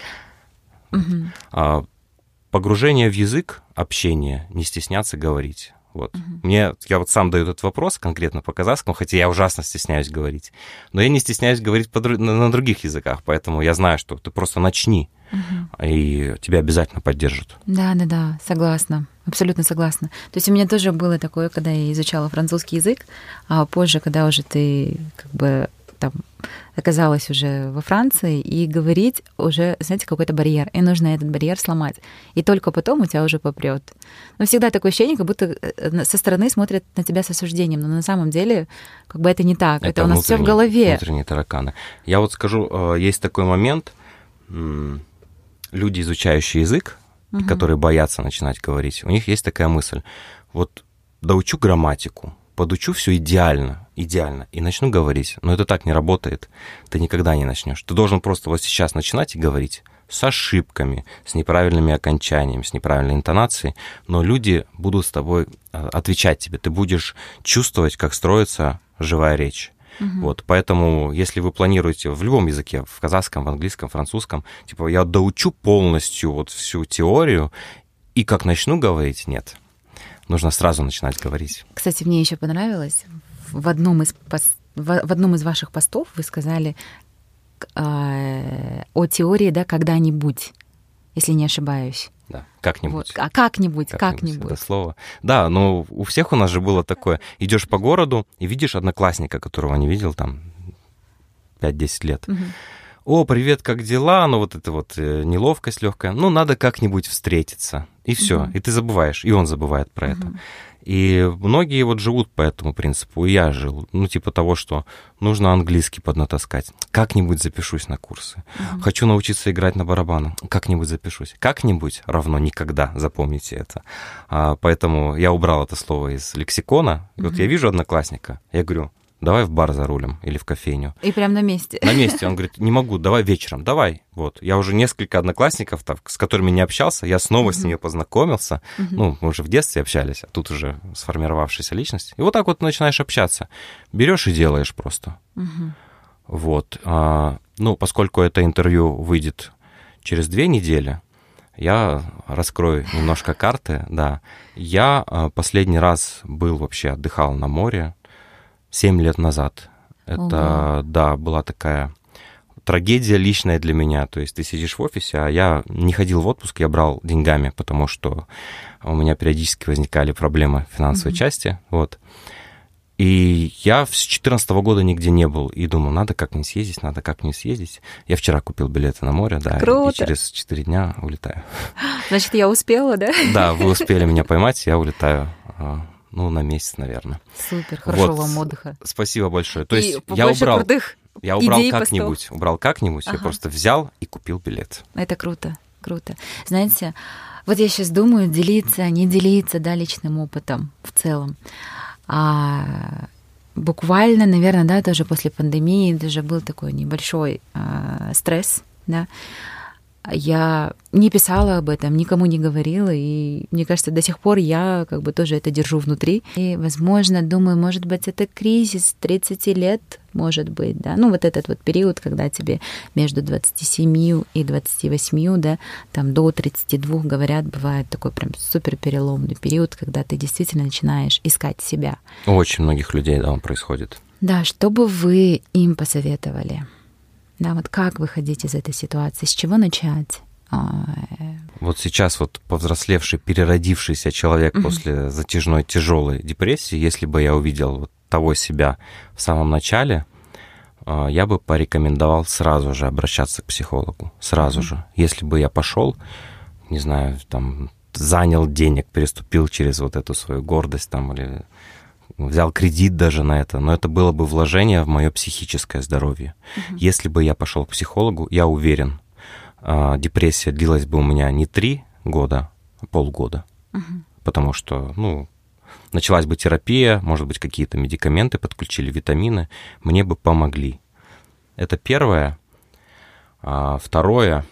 да. Погружение в язык, общение, не стесняться говорить. Вот. Uh-huh. Мне, я вот сам даю этот вопрос конкретно по казахскому, хотя я ужасно стесняюсь говорить, но я не стесняюсь говорить по, на, на других языках, поэтому я знаю, что ты просто начни, uh-huh. и тебя обязательно поддержат. Да-да-да, согласна, абсолютно согласна. То есть у меня тоже было такое, когда я изучала французский язык, а позже, когда уже ты как бы там оказалась уже во Франции, и говорить уже, знаете, какой-то барьер, и нужно этот барьер сломать. И только потом у тебя уже попрет. Но всегда такое ощущение, как будто со стороны смотрят на тебя с осуждением, но на самом деле как бы это не так, это, это у нас все в голове. Внутренние тараканы. Я вот скажу, есть такой момент, люди, изучающие язык, угу. которые боятся начинать говорить, у них есть такая мысль, вот доучу грамматику, подучу все идеально, идеально, и начну говорить. Но это так не работает. Ты никогда не начнешь. Ты должен просто вот сейчас начинать и говорить с ошибками, с неправильными окончаниями, с неправильной интонацией, но люди будут с тобой отвечать тебе. Ты будешь чувствовать, как строится живая речь. Угу. Вот, поэтому, если вы планируете в любом языке, в казахском, в английском, французском, типа, я доучу полностью вот всю теорию, и как начну говорить, нет. Нужно сразу начинать говорить. Кстати, мне еще понравилось, в одном из, пост... в одном из ваших постов вы сказали э, о теории, да, когда-нибудь, если не ошибаюсь. Да, как-нибудь. Вот. А как-нибудь, как-нибудь. как-нибудь. Это слово. Да, но у всех у нас же было такое. Идешь по городу и видишь одноклассника, которого не видел там пять-десять лет. Угу. О, привет, как дела? Ну, вот это вот неловкость легкая. Ну, надо как-нибудь встретиться. И все. Uh-huh. И ты забываешь, и он забывает про uh-huh. это. И многие вот живут по этому принципу. И я жил. Ну, типа того, что нужно английский поднатаскать. Как-нибудь запишусь на курсы. Uh-huh. Хочу научиться играть на барабанах. Как-нибудь запишусь. Как-нибудь равно никогда. Запомните это. А, поэтому я убрал это слово из лексикона. И uh-huh. вот я вижу одноклассника. Я говорю, давай в бар за рулем или в кофейню. И прям на месте. На месте. Он говорит, не могу, давай вечером, давай. Вот. Я уже несколько одноклассников, так, с которыми не общался, я снова uh-huh. с ними познакомился. Uh-huh. Ну, мы уже в детстве общались, а тут уже сформировавшаяся личность. И вот так вот начинаешь общаться. Берешь и делаешь просто. Uh-huh. Вот. А, ну, поскольку это интервью выйдет через две недели, я раскрою немножко карты. Да. Я последний раз был вообще, отдыхал на море, Семь лет назад. Это, Ого. да, была такая трагедия личная для меня. То есть ты сидишь в офисе, а я не ходил в отпуск, я брал деньгами, потому что у меня периодически возникали проблемы в финансовой mm-hmm. части. Вот. И я с две тысячи четырнадцатого года нигде не был. И думал, надо как-нибудь съездить, надо как-нибудь съездить. Я вчера купил билеты на море, да. Круто. И через четыре дня улетаю. Значит, я успела, да? Да, вы успели меня поймать, я улетаю. Ну, на месяц, наверное. Супер, хорошего вот. вам отдыха. Спасибо большое. То есть и я убрал, крутых я убрал идей, как-нибудь, постов. убрал как-нибудь, ага. я просто взял и купил билет. Это круто, круто. Знаете, вот я сейчас думаю, делиться, не делиться, да, личным опытом в целом. А буквально, наверное, да, тоже после пандемии даже был такой небольшой а, стресс, да. Я не писала об этом, никому не говорила, и мне кажется, до сих пор я как бы тоже это держу внутри. И, возможно, думаю, может быть, это кризис тридцати лет, может быть, да, ну вот этот вот период, когда тебе между двадцатью семью и двадцатью восьмью, да, там до тридцати двух, говорят, бывает такой прям супер переломный период, когда ты действительно начинаешь искать себя. У очень многих людей, да, он происходит. Да, что бы вы им посоветовали? Да, вот как выходить из этой ситуации, с чего начать? Вот сейчас вот повзрослевший, переродившийся человек mm-hmm. после затяжной тяжелой депрессии, если бы я увидел вот того себя в самом начале, я бы порекомендовал сразу же обращаться к психологу, сразу mm-hmm. же. Если бы я пошел, не знаю, там, занял денег, переступил через вот эту свою гордость там или взял кредит даже на это, но это было бы вложение в мое психическое здоровье. Uh-huh. Если бы я пошел к психологу, я уверен, депрессия длилась бы у меня не три года, а полгода. Uh-huh. Потому что, ну, началась бы терапия, может быть, какие-то медикаменты подключили, витамины, мне бы помогли. Это первое. А второе,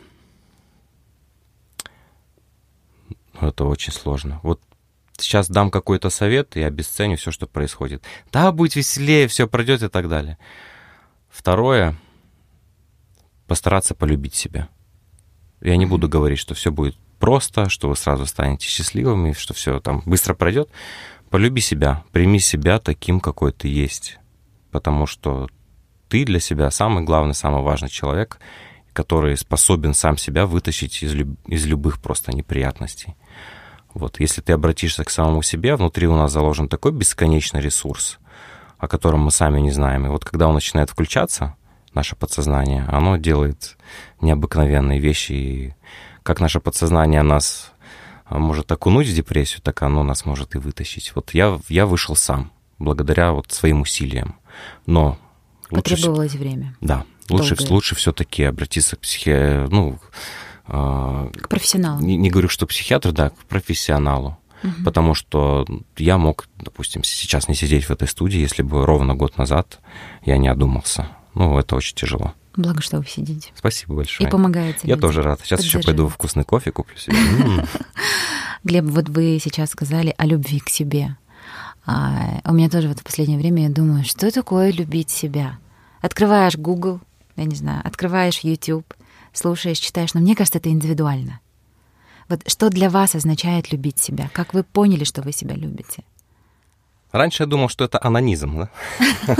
это очень сложно. Вот сейчас дам какой-то совет и обесценю все, что происходит. Да, будет веселее, все пройдет и так далее. Второе, постараться полюбить себя. Я не буду говорить, что все будет просто, что вы сразу станете счастливыми, что все там быстро пройдет. Полюби себя, прими себя таким, какой ты есть. Потому что ты для себя самый главный, самый важный человек, который способен сам себя вытащить из, люб... из любых просто неприятностей. Вот, если ты обратишься к самому себе, внутри у нас заложен такой бесконечный ресурс, о котором мы сами не знаем. И вот когда он начинает включаться, наше подсознание, оно делает необыкновенные вещи. И как наше подсознание нас может окунуть в депрессию, так оно нас может и вытащить. Вот я, я вышел сам, благодаря вот своим усилиям. Но потребовалось лучше, время. Да, лучше, лучше все-таки обратиться к психи... ну, к профессионалу. Не, не говорю, что психиатру, да, к профессионалу. Угу. Потому что я мог, допустим, сейчас не сидеть в этой студии, если бы ровно год назад я не одумался. Ну, это очень тяжело. Благо, что вы сидите. Спасибо большое. И помогаете. Я тоже рад. Сейчас еще пойду вкусный кофе куплю себе. Глеб, вот вы сейчас сказали о любви к себе. А у меня тоже вот в последнее время я думаю, что такое любить себя? Открываешь Google, я не знаю, открываешь YouTube, слушаешь, читаешь, но мне кажется, это индивидуально. Вот что для вас означает любить себя? Как вы поняли, что вы себя любите? Раньше я думал, что это анонизм, да?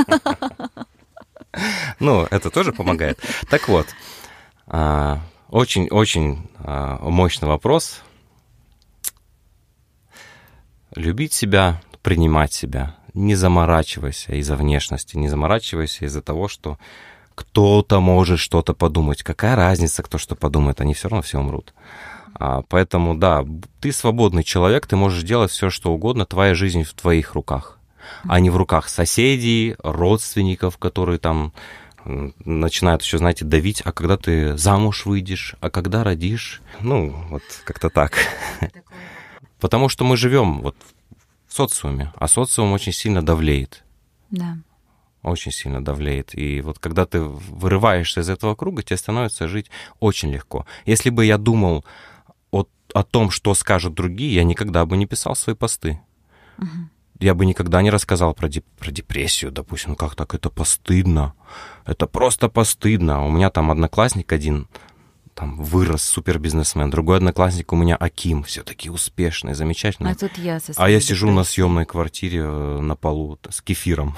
Ну, это тоже помогает. Так вот, очень-очень мощный вопрос. Любить себя, принимать себя. Не заморачивайся из-за внешности, не заморачивайся из-за того, что кто-то может что-то подумать. Какая разница, кто что подумает? Они все равно все умрут. А, поэтому, да, ты свободный человек, ты можешь делать все, что угодно, твоя жизнь в твоих руках, а не в руках соседей, родственников, которые там начинают еще, знаете, давить, а когда ты замуж выйдешь, а когда родишь, ну, вот как-то так. Потому что мы живем вот в социуме, а социум очень сильно давлеет. Да. Очень сильно давлеет. И вот когда ты вырываешься из этого круга, тебе становится жить очень легко. Если бы я думал о, о том, что скажут другие, я никогда бы не писал свои посты. Угу. Я бы никогда не рассказал про, деп, про депрессию, допустим. Ну как так? Это постыдно. Это просто постыдно. У меня там одноклассник один там вырос, супербизнесмен. Другой одноклассник у меня Аким, все такие успешные, замечательные. А тут я со А я сижу на съемной квартире на полу с кефиром.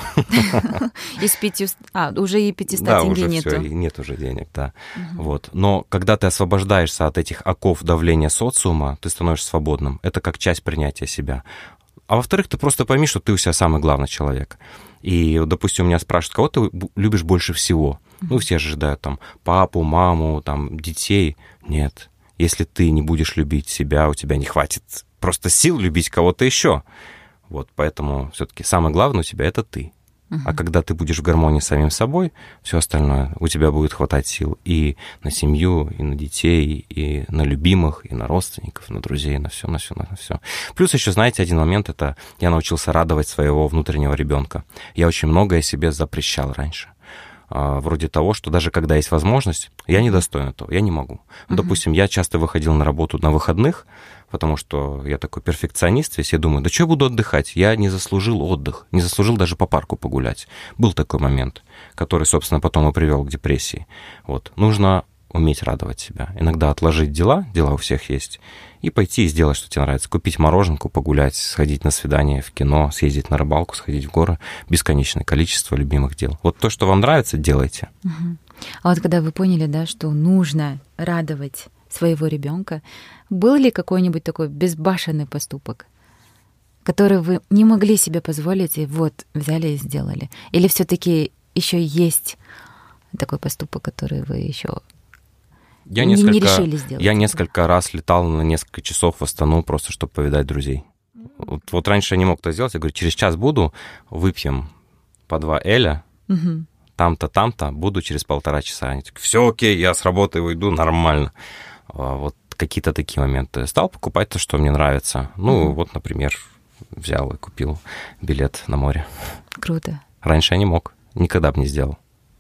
И с пятью... А, уже и пятьсот тенге нету. Да, уже все, нет уже денег, да. Вот. Но когда ты освобождаешься от этих оков давления социума, ты становишься свободным. Это как часть принятия себя. А во-вторых, ты просто пойми, что ты у себя самый главный человек. И, допустим, меня спрашивают, кого ты любишь больше всего? Ну, все же ожидают там папу, маму, там, детей. Нет. Если ты не будешь любить себя, у тебя не хватит просто сил любить кого-то еще. Вот, поэтому все-таки самое главное у тебя — это ты. Uh-huh. А когда ты будешь в гармонии с самим собой, все остальное у тебя будет хватать сил и на семью, и на детей, и на любимых, и на родственников, на друзей, на все, на все, на все. Плюс еще, знаете, один момент — это я научился радовать своего внутреннего ребенка. Я очень многое себе запрещал раньше. Вроде того, что даже когда есть возможность, я недостоин этого, я не могу. Uh-huh. Допустим, я часто выходил на работу на выходных, потому что я такой перфекционист весь, я думаю, да что я буду отдыхать? Я не заслужил отдых, не заслужил даже по парку погулять. Был такой момент, который, собственно, потом и привел к депрессии. Вот. Нужно уметь радовать себя. Иногда отложить дела, дела у всех есть, и пойти и сделать, что тебе нравится. Купить мороженку, погулять, сходить на свидание, в кино, съездить на рыбалку, сходить в горы. Бесконечное количество любимых дел. Вот то, что вам нравится, делайте. Угу. А вот когда вы поняли, да, что нужно радовать своего ребенка, был ли какой-нибудь такой безбашенный поступок, который вы не могли себе позволить, и вот взяли и сделали? Или все-таки еще есть такой поступок, который вы еще Я не, несколько, не решили сделать? Я несколько раз летал на несколько часов в Астану просто, чтобы повидать друзей. Вот, вот раньше я не мог это сделать. Я говорю, через час буду, выпьем по два эля, угу. там-то, там-то, буду через полтора часа. Они такие, все окей, я с работы уйду, нормально. Вот какие-то такие моменты. Стал покупать то, что мне нравится. Ну, mm-hmm. вот, например, взял и купил билет на море. Круто. Раньше я не мог, никогда бы не сделал.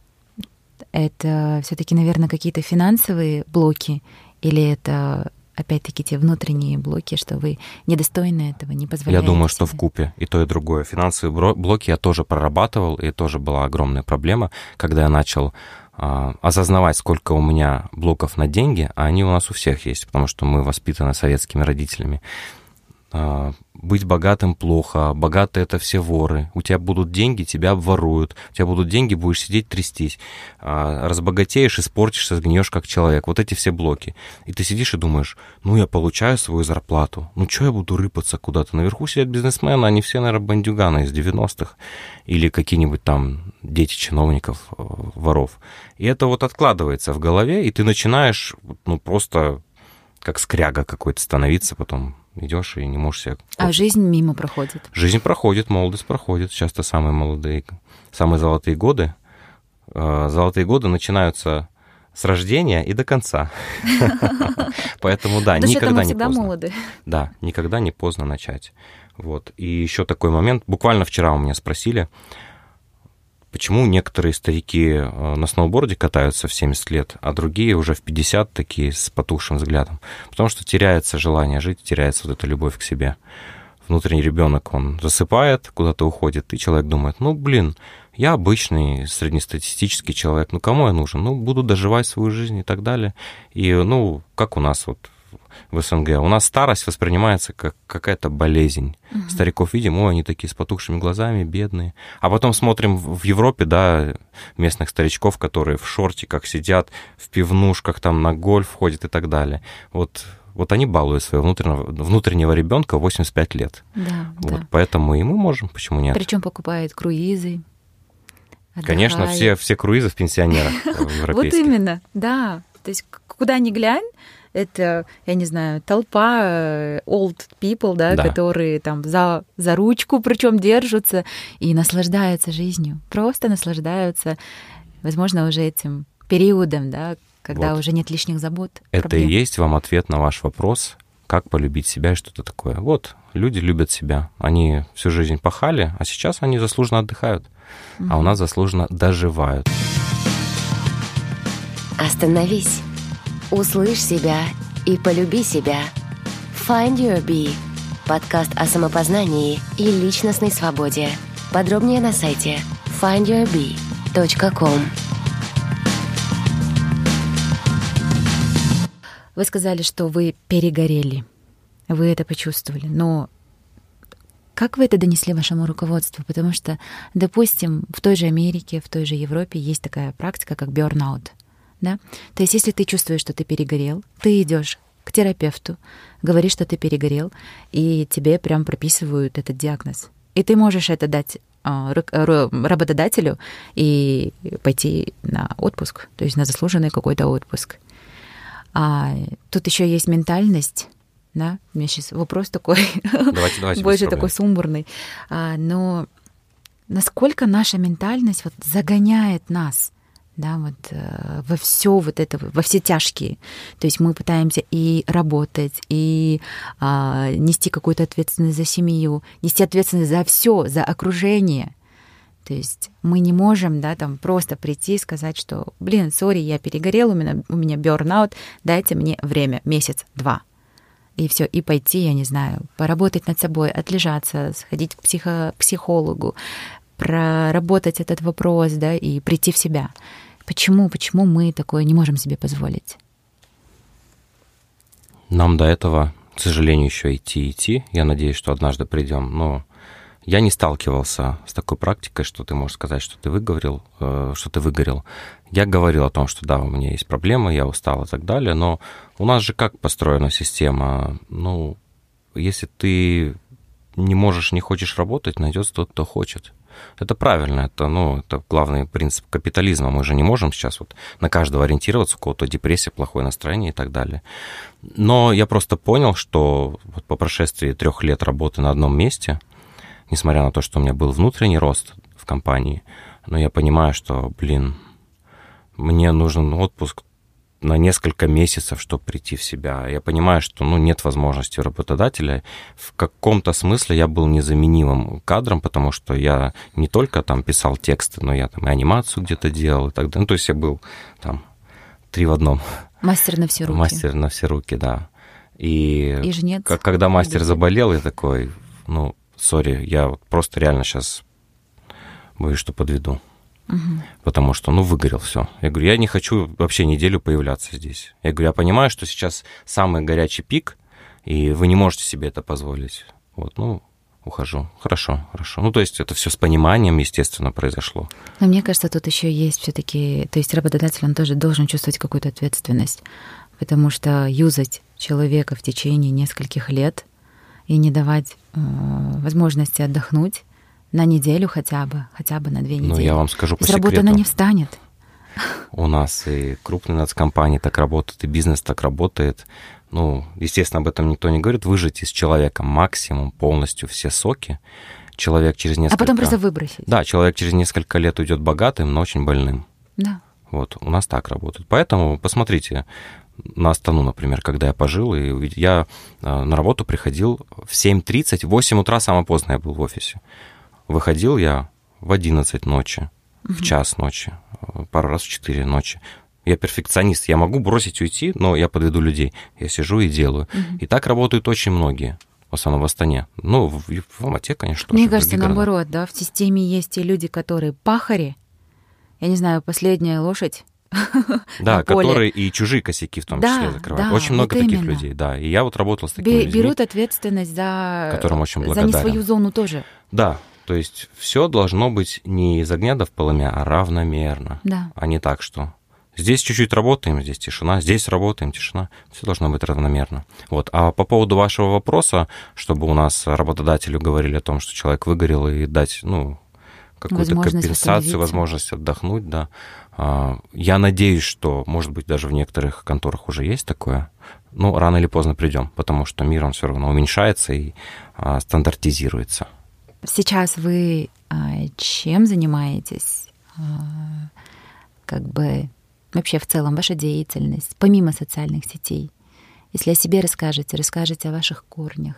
Это все-таки, наверное, какие-то финансовые блоки, или это опять-таки те внутренние блоки, что вы недостойны этого, не позволяете? Я думаю, что себе? вкупе и то, и другое. Финансовые блоки я тоже прорабатывал, и тоже была огромная проблема, когда я начал а, осознавать, сколько у меня блоков на деньги, а они у нас у всех есть, потому что мы воспитаны советскими родителями. быть богатым плохо, богатые это все воры, у тебя будут деньги, тебя обворуют, у тебя будут деньги, будешь сидеть трястись, разбогатеешь, испортишься, сгниешь как человек. Вот эти все блоки. И ты сидишь и думаешь, ну я получаю свою зарплату, ну что я буду рыпаться куда-то? Наверху сидят бизнесмены, они все, наверное, бандюганы из девяностых или какие-нибудь там дети чиновников, воров. И это вот откладывается в голове, и ты начинаешь ну просто как скряга какой-то становиться потом. Идешь и не можешь себя... А жизнь мимо проходит. Жизнь проходит, молодость проходит. Часто самые молодые, самые золотые годы. Золотые годы начинаются с рождения и до конца. Поэтому, да, никогда не поздно. Молоды. Да, никогда не поздно начать. Вот. И еще такой момент. Буквально вчера у меня спросили, почему некоторые старики на сноуборде катаются в семьдесят лет, а другие уже в пятьдесят такие с потухшим взглядом? Потому что теряется желание жить, теряется вот эта любовь к себе. Внутренний ребенок, он засыпает, куда-то уходит, и человек думает, ну, блин, я обычный среднестатистический человек, ну, кому я нужен? Ну, буду доживать свою жизнь и так далее. И, ну, как у нас вот в СНГ. У нас старость воспринимается как какая-то болезнь. Угу. Стариков видим, ой, они такие с потухшими глазами, бедные. А потом смотрим в Европе, да, местных старичков, которые в шортиках сидят, в пивнушках, там на гольф ходят и так далее. Вот, вот они балуют своего внутреннего, внутреннего ребенка в восемьдесят пять лет. Да, вот, да. Поэтому и мы можем, почему нет? Причем покупают круизы. Отдыхают. Конечно, все, все круизы в пенсионерах европейских. Вот именно, да. То есть куда ни глянь, это, я не знаю, толпа old people, да, да. которые там за, за ручку причем держатся и наслаждаются жизнью, просто наслаждаются, возможно, уже этим периодом, да, когда вот. Уже нет лишних забот. Это проблем. И есть вам ответ на ваш вопрос, как полюбить себя и что-то такое. Вот, люди любят себя, они всю жизнь пахали, а сейчас они заслуженно отдыхают, угу. а у нас заслуженно доживают. Остановись. Услышь себя и полюби себя. Find Your Bee. Подкаст о самопознании и личностной свободе. Подробнее на сайте файнд юр би точка ком. Вы сказали, что вы перегорели. Вы это почувствовали. Но как вы это донесли вашему руководству? Потому что, допустим, в той же Америке, в той же Европе есть такая практика, как burnout. Да? То есть если ты чувствуешь, что ты перегорел, ты идешь к терапевту, говоришь, что ты перегорел, и тебе прям прописывают этот диагноз. И ты можешь это дать работодателю и пойти на отпуск, то есть на заслуженный какой-то отпуск. А тут еще есть ментальность, да? У меня сейчас вопрос такой, давайте, давайте больше такой сумбурный. А, но насколько наша ментальность вот загоняет нас, да, вот э, во все вот это, во все тяжкие. То есть мы пытаемся и работать, и э, нести какую-то ответственность за семью, нести ответственность за все, за окружение. То есть мы не можем, да, там просто прийти и сказать, что, блин, сори, я перегорел, у меня, у меня burnout, дайте мне время, месяц-два. И все, и пойти, я не знаю, поработать над собой, отлежаться, сходить к психо- психологу, проработать этот вопрос, да, и прийти в себя. Почему, почему мы такое не можем себе позволить? Нам до этого, к сожалению, еще идти идти. Я надеюсь, что однажды придем. Но я не сталкивался с такой практикой, что ты можешь сказать, что ты выговорил, что ты выгорел. Я говорил о том, что да, у меня есть проблемы, я устал и так далее. Но у нас же как построена система? Ну, если ты не можешь, не хочешь работать, найдется тот, кто хочет. Это правильно, это, ну, это главный принцип капитализма. Мы же не можем сейчас вот на каждого ориентироваться, у кого-то депрессия, плохое настроение и так далее. Но я просто понял, что вот по прошествии трех лет работы на одном месте, несмотря на то, что у меня был внутренний рост в компании, но я понимаю, что, блин, мне нужен отпуск на несколько месяцев, чтобы прийти в себя. Я понимаю, что ну, нет возможности у работодателя. В каком-то смысле я был незаменимым кадром, потому что я не только там писал тексты, но я там и анимацию где-то делал и так далее. Ну, то есть я был там три в одном. Мастер на все руки. Мастер на все руки, да. И, и жнец. Когда мастер заболел, я такой, ну, сори, я вот просто реально сейчас боюсь, что подведу. Угу. Потому что, ну, выгорел все. Я говорю, я не хочу вообще неделю появляться здесь. Я говорю, я понимаю, что сейчас самый горячий пик, и вы не можете себе это позволить. Вот, ну, ухожу. Хорошо, хорошо. Ну, то есть это все с пониманием, естественно, произошло. Но мне кажется, тут еще есть все-таки, то есть работодатель, он тоже должен чувствовать какую-то ответственность, потому что юзать человека в течение нескольких лет и не давать э, возможности отдохнуть на неделю хотя бы, хотя бы на две недели. Ну, я вам скажу по секрету. С работы она не встанет. У нас и крупные нацкомпании так работают, и бизнес так работает. Ну, естественно, об этом никто не говорит. Выжать из человека максимум полностью все соки. Человек через несколько... А потом просто выбросить. Да, человек через несколько лет уйдет богатым, но очень больным. Да. Вот, у нас так работает. Поэтому посмотрите на Астану, например, когда я пожил, и я на работу приходил в семь тридцать, в восемь утра самое поздно я был в офисе. Выходил я в одиннадцать ночи, угу. в час ночи, пару раз в четыре ночи. Я перфекционист, я могу бросить уйти, но я подведу людей. Я сижу и делаю. Угу. И так работают очень многие, в основном в Астане. Ну, в, в Алмате, конечно, тоже. Мне кажется, наоборот, да, в системе есть те люди, которые пахари, я не знаю, последняя лошадь. Да, которые и чужие косяки в том да, числе закрывают. Да, очень много вот таких именно. людей, да. И я вот работал с такими Бе- людьми. Берут ответственность за, которым очень за благодарен. не свою зону тоже. Да, то есть все должно быть не из огня да в полымя, а равномерно. Да. А не так, что здесь чуть-чуть работаем, здесь тишина, здесь работаем, тишина. Все должно быть равномерно. Вот. А по поводу вашего вопроса, чтобы у нас работодателю говорили о том, что человек выгорел, и дать, ну, какую-то компенсацию, возможность отдохнуть, да. Я надеюсь, что, может быть, даже в некоторых конторах уже есть такое, но рано или поздно придем, потому что мир, он все равно уменьшается и а, стандартизируется. Сейчас вы а, чем занимаетесь? А, как бы вообще в целом ваша деятельность, помимо социальных сетей? Если о себе расскажете, расскажете о ваших корнях.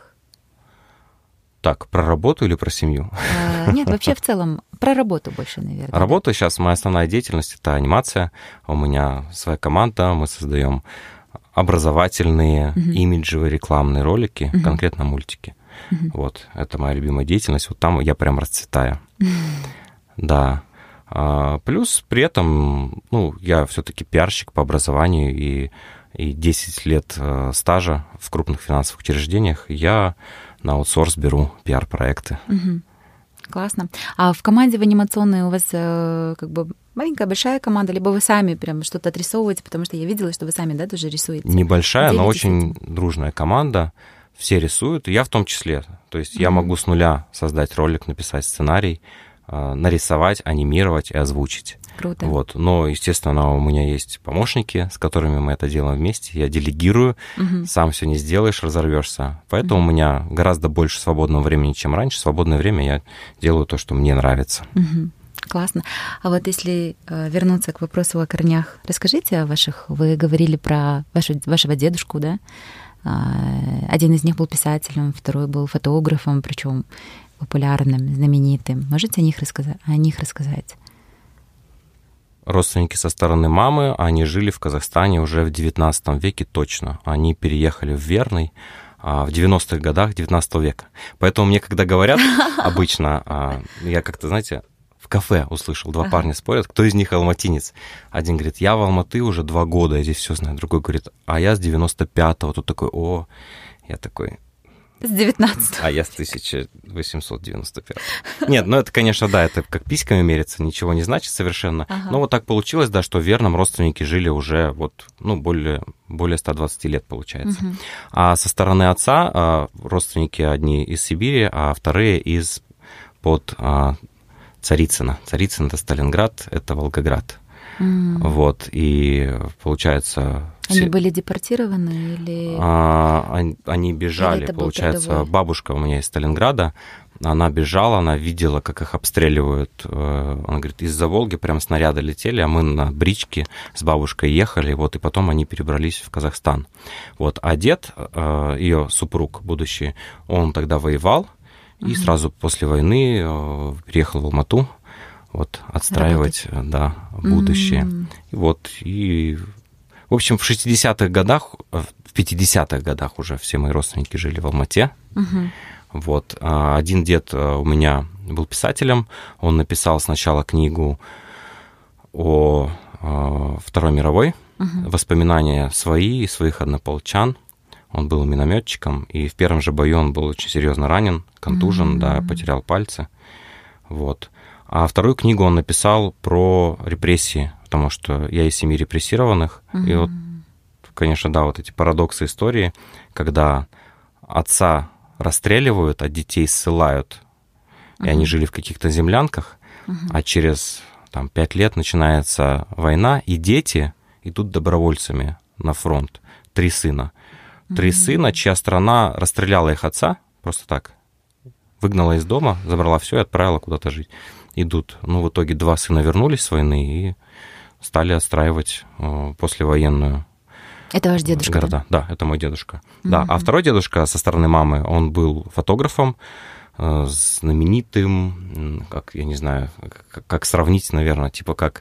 Так, про работу или про семью? А, нет, вообще в целом про работу больше, наверное. Работа сейчас, моя основная деятельность — это анимация. У меня своя команда, мы создаем образовательные, uh-huh. имиджевые, рекламные ролики, uh-huh. конкретно мультики. Uh-huh. Вот, это моя любимая деятельность. Вот там я прям расцветаю. Uh-huh. Да. А, плюс при этом, ну, я все-таки пиарщик по образованию, и, и десять лет стажа в крупных финансовых учреждениях я на аутсорс беру пиар-проекты. Угу. Классно. А в команде в анимационной у вас э, как бы маленькая, большая команда, либо вы сами прям что-то отрисовываете, потому что я видела, что вы сами, да, тоже рисуете? Небольшая, Делитесь но очень этим. дружная команда. Все рисуют, и я в том числе. То есть mm-hmm. я могу с нуля создать ролик, написать сценарий, э, нарисовать, анимировать и озвучить. Круто. Вот. Но, естественно, у меня есть помощники, с которыми мы это делаем вместе. Я делегирую, угу. сам все не сделаешь, разорвешься. Поэтому угу. у меня гораздо больше свободного времени, чем раньше. В свободное время я делаю то, что мне нравится. Угу. Классно. А вот если э, вернуться к вопросу о корнях, расскажите о ваших... Вы говорили про вашу, вашего дедушку, да? Э, один из них был писателем, второй был фотографом, причем популярным, знаменитым. Можете о них рассказать? О них рассказать? Родственники со стороны мамы, они жили в Казахстане уже в девятнадцатом веке точно. Они переехали в Верный в девяностых годах девятнадцатого века. Поэтому мне, когда говорят обычно, я как-то, знаете, в кафе услышал, два ага. парня спорят, кто из них алматинец. Один говорит, я в Алматы уже два года, я здесь все знаю. Другой говорит, а я с девяносто пятого. Тут такой, о, я такой... С девятнадцатого. А я с тысяча восемьсот девяносто первого. Нет, ну это, конечно, да, это как письками мерится, ничего не значит совершенно. Ага. Но вот так получилось, да, что в Верном родственники жили уже вот, ну, более, более ста двадцати лет, получается. Угу. А со стороны отца родственники одни из Сибири, а вторые из под Царицына. Царицын — это Сталинград, это Волгоград. Mm. Вот, и получается... Они все... были депортированы или... А, они, они бежали, или получается, трудовой? Бабушка у меня из Сталинграда, она бежала, она видела, как их обстреливают. Она говорит, из-за Волги прям снаряды летели, а мы на бричке с бабушкой ехали, вот, и потом они перебрались в Казахстан. Вот, а дед, ее супруг будущий, он тогда воевал, mm-hmm. и сразу после войны приехал в Алмату, вот, отстраивать, работать. Да, будущее. Mm-hmm. И вот, и, в общем, в шестидесятых годах, в пятидесятых годах уже все мои родственники жили в Алмате. Mm-hmm. Вот, один дед у меня был писателем, он написал сначала книгу о Второй мировой, mm-hmm. воспоминания свои и своих однополчан. Он был минометчиком, и в первом же бою он был очень серьезно ранен, контужен, mm-hmm. да, потерял пальцы. Вот. А вторую книгу он написал про репрессии, потому что я из семьи репрессированных. Mm-hmm. И вот, конечно, да, вот эти парадоксы истории, когда отца расстреливают, а детей ссылают, mm-hmm. и они жили в каких-то землянках, mm-hmm. а через там, пять лет начинается война, и дети идут добровольцами на фронт. Три сына. Три mm-hmm. сына, чья страна расстреляла их отца, просто так, выгнала из дома, забрала все и отправила куда-то жить. Идут. Ну, в итоге два сына вернулись с войны и стали отстраивать э, послевоенную Это ваш дедушка? Города. Да, да, это мой дедушка. Mm-hmm. Да, а второй дедушка со стороны мамы, он был фотографом, э, знаменитым, как, я не знаю, как, как сравнить, наверное, типа как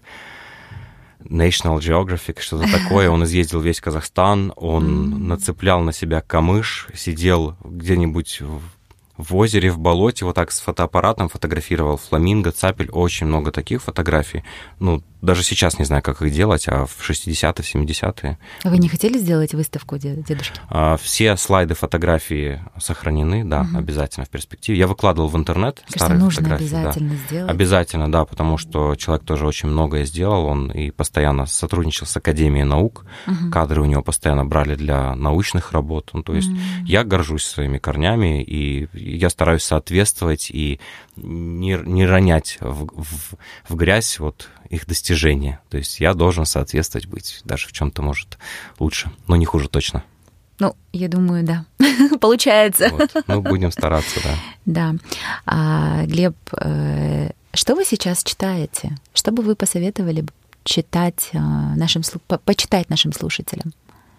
National Geographic, что-то такое. Он изъездил весь Казахстан, он mm-hmm. нацеплял на себя камыш, сидел где-нибудь в в озере, в болоте, вот так с фотоаппаратом фотографировал фламинго, цапель, очень много таких фотографий. Ну, даже сейчас не знаю, как их делать, а в шестидесятые, в семидесятые. А вы не хотели сделать выставку дедушки? Все слайды фотографии сохранены, да, угу. обязательно в перспективе. Я выкладывал в интернет Кажется, старые нужно фотографии. обязательно да. сделать. Обязательно, да, потому что человек тоже очень многое сделал, он и постоянно сотрудничал с Академией наук, угу. кадры у него постоянно брали для научных работ. Ну, то есть угу. я горжусь своими корнями, и я стараюсь соответствовать и не, не ронять в, в, в грязь вот их достижения. То есть я должен соответствовать, быть даже в чем-то, может, лучше, но не хуже точно. Ну, я думаю, да. Получается. Вот. Ну, будем стараться, да. Да. А, Глеб, что вы сейчас читаете? Что бы вы посоветовали читать нашим, почитать нашим слушателям?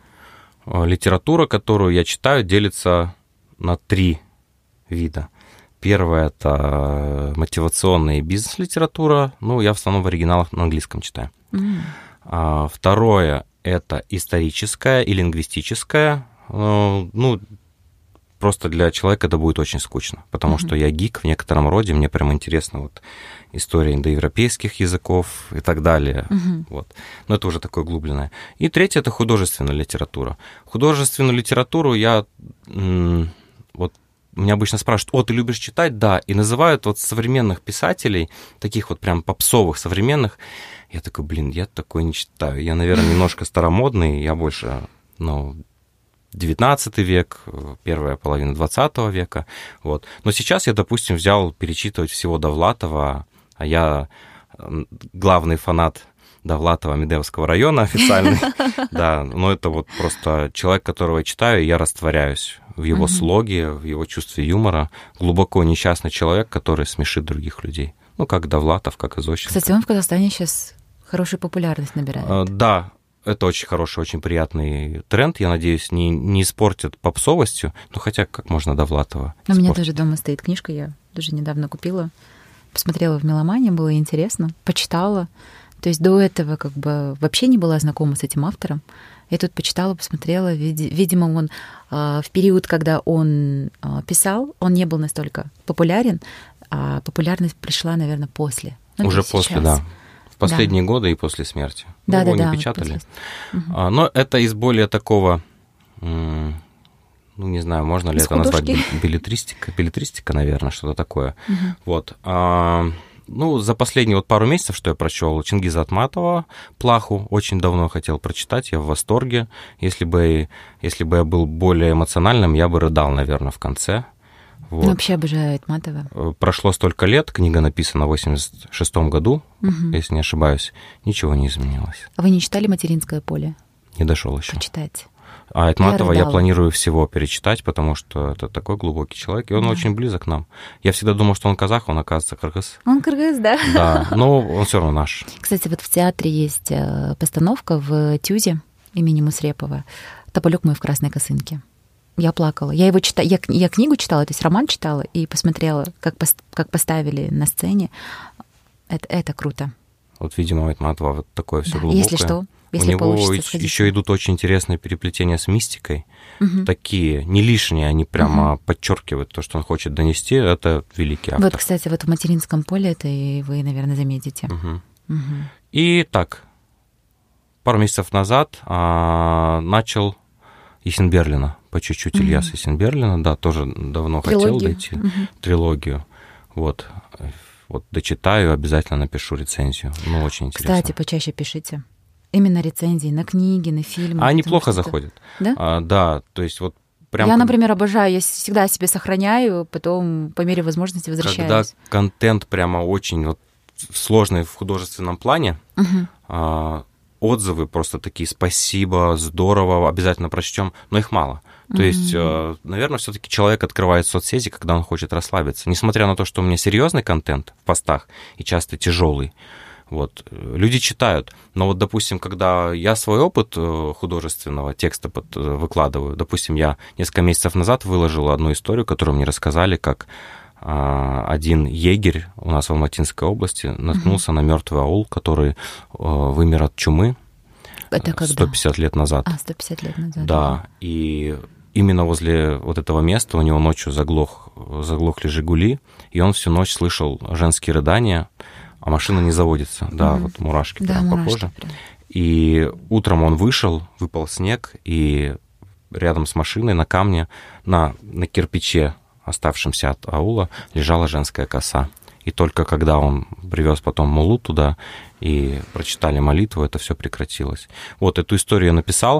Литература, которую я читаю, делится на три вида. Первое — это мотивационная и бизнес-литература. Ну, я в основном в оригиналах на английском читаю. Mm. А, второе — это историческая и лингвистическая. Ну, просто для человека это будет очень скучно, потому mm-hmm. что я гик в некотором роде, мне прям интересно вот история индоевропейских языков и так далее. Mm-hmm. Вот. Но это уже такое углубленное. И третье — это художественная литература. Художественную литературу я... М- вот меня обычно спрашивают: о, ты любишь читать? Да. И называют вот современных писателей, таких вот прям попсовых современных. Я такой, блин, я такой не читаю. Я, наверное, немножко старомодный, я больше, ну, девятнадцатый век, первая половина двадцатого века. Вот. Но сейчас я, допустим, взял перечитывать всего Довлатова, а я главный фанат Довлатова Медеевского района официальный. Да, но это вот просто человек, которого я читаю, и я растворяюсь в его uh-huh. слоге, в его чувстве юмора. Глубоко несчастный человек, который смешит других людей. Ну, как Довлатов, как Изощенко. Кстати, он в Казахстане сейчас хорошую популярность набирает. А, да, это очень хороший, очень приятный тренд. Я надеюсь, не, не испортит попсовостью. Ну, хотя как можно Довлатова У меня тоже дома стоит книжка, я тоже недавно купила. Посмотрела в «Меломане», было интересно, почитала. То есть до этого как бы вообще не была знакома с этим автором. Я тут почитала, посмотрела. Видимо, он в период, когда он писал, он не был настолько популярен, а популярность пришла, наверное, после. Ну, Уже после, да. В последние да. годы и после смерти. Да, Его да, не да, печатали. Вот угу. Но это из более такого, ну, не знаю, можно ли из это художки. назвать беллетристика, беллетристика, наверное, что-то такое. Угу. Вот. Ну, за последние вот пару месяцев, что я прочел, Чингиза Атматова «Плаху» очень давно хотел прочитать, я в восторге. Если бы, если бы я был более эмоциональным, я бы рыдал, наверное, в конце. Вот. Ну, вообще обожаю Айтматова. Прошло столько лет, книга написана в восемьдесят шестом году, угу. если не ошибаюсь, ничего не изменилось. А вы не читали «Материнское поле»? Не дошел еще. Почитайте. А Айтматова я, я планирую всего перечитать, потому что это такой глубокий человек, и он да. очень близок нам. Я всегда думал, что он казах, он, оказывается, кыргыз. Он кыргыз, да? Да, но он все равно наш. Кстати, вот в театре есть постановка в Тюзе имени Мусрепова «Тополек мой в красной косынке». Я плакала. Я его читала, я, я книгу читала, то есть роман читала, и посмотрела, как, пос, как поставили на сцене. Это, это круто. Вот, видимо, Айтматова вот такое все да, глубокое. Если что, если у него получится еще идут очень интересные переплетения с мистикой. Угу. Такие, не лишние, они прямо угу. подчеркивают то, что он хочет донести. Это великий автор. Вот, кстати, вот в «Материнском поле» это и вы, наверное, заметите. Угу. Угу. И так, пару месяцев назад а, начал Есенберлина, по чуть-чуть mm-hmm. Ильяса Есенберлина, да, тоже давно Трилогию. хотел дойти. Mm-hmm. Трилогию. Вот. Вот дочитаю, обязательно напишу рецензию. Ну, очень интересно. Кстати, почаще пишите. Именно рецензии на книги, на фильмы. А они плохо заходят. Да? А, да, то есть вот прям... Я, например, обожаю, я всегда себе сохраняю, потом по мере возможности возвращаюсь. Когда контент прямо очень вот сложный в художественном плане, угу. а, отзывы просто такие: спасибо, здорово, обязательно прочтем, но их мало. То mm-hmm. есть, наверное, все-таки человек открывает соцсети, когда он хочет расслабиться. Несмотря на то, что у меня серьезный контент в постах и часто тяжелый, вот, люди читают. Но вот, допустим, когда я свой опыт художественного текста под, выкладываю, допустим, я несколько месяцев назад выложил одну историю, которую мне рассказали, как а, один егерь у нас в Алматинской области наткнулся mm-hmm. на мертвый аул, который а, вымер от чумы. Это когда? сто пятьдесят лет назад. А, сто пятьдесят лет назад. Да, и именно возле вот этого места у него ночью заглох, заглохли «Жигули», и он всю ночь слышал женские рыдания, а машина не заводится. Mm-hmm. Да, вот мурашки да, прям мурашки по коже. Прям. И утром он вышел, выпал снег, и рядом с машиной на камне, на, на кирпиче, оставшемся от аула, лежала женская коса. И только когда он привез потом муллу туда и прочитали молитву, это все прекратилось. Вот эту историю я написал.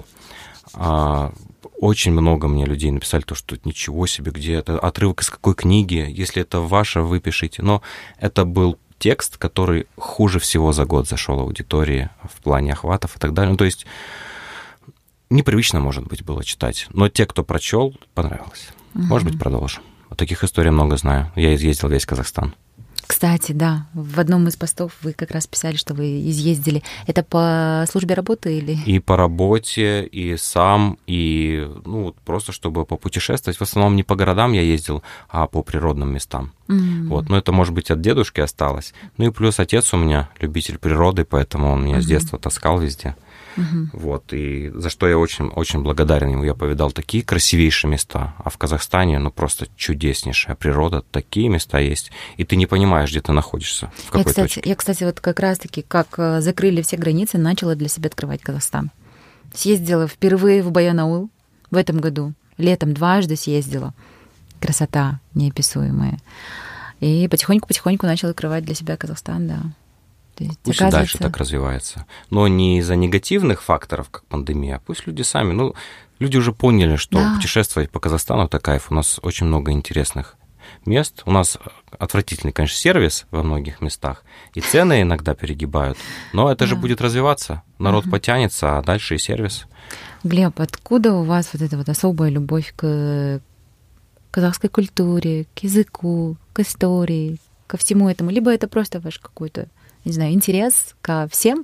Очень много мне людей написали, то, что ничего себе, где это, отрывок из какой книги, если это ваше, вы пишите. Но это был текст, который хуже всего за год зашел аудитории в плане охватов и так далее. Ну, то есть непривычно, может быть, было читать. Но те, кто прочел, понравилось. Угу. Может быть, продолжим. Таких историй много знаю. Я изъездил весь Казахстан. Кстати, да, в одном из постов вы как раз писали, что вы изъездили. Это по службе работы или? И по работе, и сам, и ну просто чтобы попутешествовать. В основном не по городам я ездил, а по природным местам. Mm-hmm. Вот, но это, может быть, от дедушки осталось. Ну и плюс отец у меня любитель природы, поэтому он меня mm-hmm. с детства таскал везде. Uh-huh. Вот, и за что я очень, очень благодарен ему. Я повидал такие красивейшие места, а в Казахстане, ну, просто чудеснейшая природа, такие места есть, и ты не понимаешь, где ты находишься, в какой я, кстати, точке. Я, кстати, вот как раз-таки, как закрыли все границы, начала для себя открывать Казахстан. Съездила впервые в Баянаул в этом году, летом дважды съездила. Красота неописуемая. И потихоньку-потихоньку начала открывать для себя Казахстан, да. Есть, пусть оказывается... и дальше так развивается. Но не из-за негативных факторов, как пандемия, а пусть люди сами... Ну, люди уже поняли, что да. путешествовать по Казахстану — это кайф. У нас очень много интересных мест. У нас отвратительный, конечно, сервис во многих местах, и цены иногда перегибают. Но это да. же будет развиваться. Народ угу. потянется, а дальше и сервис. Глеб, откуда у вас вот эта вот особая любовь к казахской культуре, к языку, к истории, ко всему этому? Либо это просто ваш какой-то, не знаю, интерес ко всем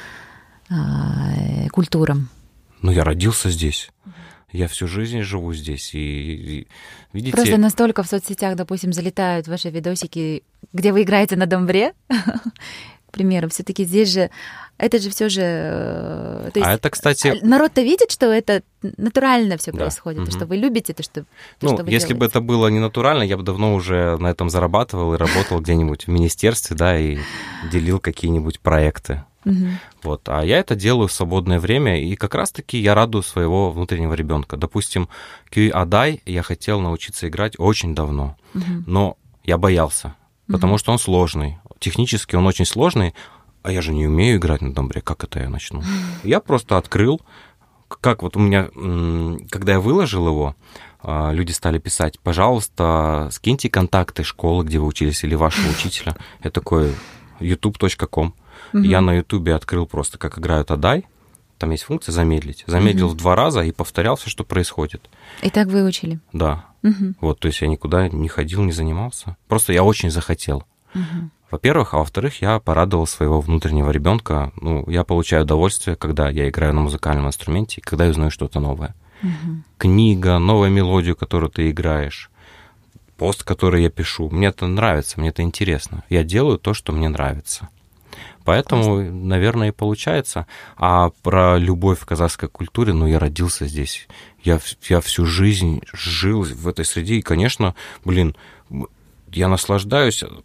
а, культурам? Ну, я родился здесь. Я всю жизнь живу здесь. И, и видите... Просто настолько в соцсетях, допустим, залетают ваши видосики, где вы играете на домбре, к примеру. Все-таки здесь же... Это же все же... То есть, а это, кстати... Народ-то видит, что это натурально все да. происходит, угу. что вы любите то, что, то, ну, что вы если делаете. бы это было не натурально, я бы давно уже на этом зарабатывал и работал где-нибудь в министерстве, да, и делил какие-нибудь проекты. Угу. Вот. А я это делаю в свободное время, и как раз-таки я радую своего внутреннего ребенка. Допустим, Кюй Адай я хотел научиться играть очень давно, угу. но я боялся, потому угу. что он сложный. Технически он очень сложный, а я же не умею играть на домбре, как это я начну? Я просто открыл, как вот у меня, когда я выложил его, люди стали писать: пожалуйста, скиньте контакты школы, где вы учились, или вашего учителя. Я такой, ютуб точка ком. Mm-hmm. Я на ютубе открыл просто, как играют Адай. Там есть функция замедлить. Замедлил mm-hmm. в два раза и повторял все, что происходит. И так выучили? Да. Mm-hmm. Вот, то есть я никуда не ходил, не занимался. Просто я очень захотел. Mm-hmm. Во-первых, а во-вторых, я порадовал своего внутреннего ребенка. Ну, я получаю удовольствие, когда я играю на музыкальном инструменте, и когда я узнаю что-то новое. Mm-hmm. Книга, новая мелодия, которую ты играешь, пост, который я пишу. Мне это нравится, мне это интересно. Я делаю то, что мне нравится. Поэтому, Классно. Наверное, и получается. А про любовь к казахской культуре, ну, я родился здесь. Я, я всю жизнь жил в этой среде. И, конечно, блин, я наслаждаюсь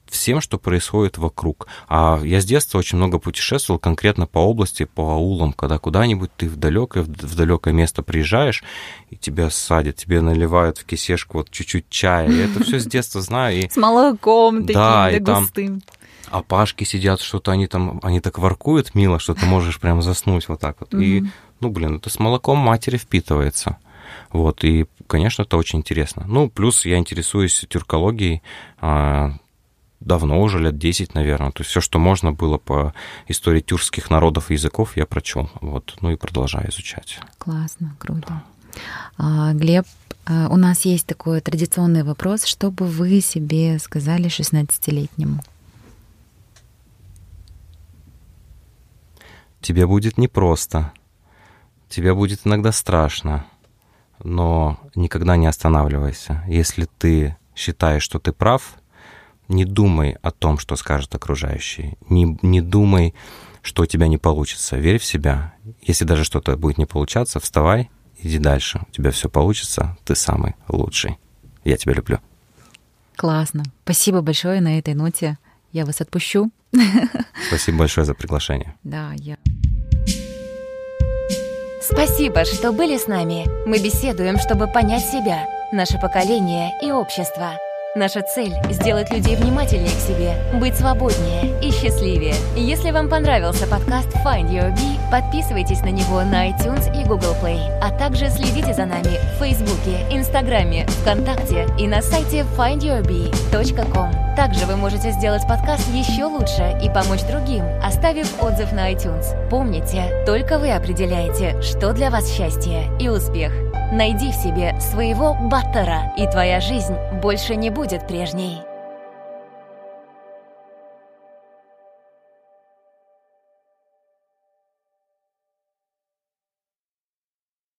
всем, что происходит вокруг. А я с детства очень много путешествовал конкретно по области, по аулам, когда куда-нибудь ты в далекое, в далекое место приезжаешь, и тебя садят, тебе наливают в кисешку вот чуть-чуть чая. Я это все с детства знаю. И... С молоком таким, да, да, и там густым. опашки сидят, что-то они там, они так воркуют мило, что ты можешь прям заснуть вот так вот. Mm-hmm. И, ну, блин, это с молоком матери впитывается. Вот, и, конечно, это очень интересно. Ну, плюс я интересуюсь тюркологией, давно уже, лет десять, наверное. То есть все, что можно было по истории тюркских народов и языков, я прочел. Вот. Ну и продолжаю изучать. Классно, круто. А, Глеб, у нас есть такой традиционный вопрос. Что бы вы себе сказали шестнадцатилетнему? Тебе будет непросто. Тебе будет иногда страшно. Но никогда не останавливайся. Если ты считаешь, что ты прав, не думай о том, что скажут окружающие. Не, не думай, что у тебя не получится. Верь в себя. Если даже что-то будет не получаться, вставай, иди дальше. У тебя все получится, ты самый лучший. Я тебя люблю. Классно. Спасибо большое на этой ноте. Я вас отпущу. Спасибо большое за приглашение. Да, я... Спасибо, что были с нами. Мы беседуем, чтобы понять себя, наше поколение и общество. Наша цель – сделать людей внимательнее к себе, быть свободнее и счастливее. Если вам понравился подкаст Find Your Bee, подписывайтесь на него на iTunes и Google Play, а также следите за нами в Фейсбуке, Инстаграме, ВКонтакте и на сайте файнд юр би точка ком. Также вы можете сделать подкаст еще лучше и помочь другим, оставив отзыв на iTunes. Помните, только вы определяете, что для вас счастье и успех. Найди в себе своего баттера, и твоя жизнь больше не будет прежней.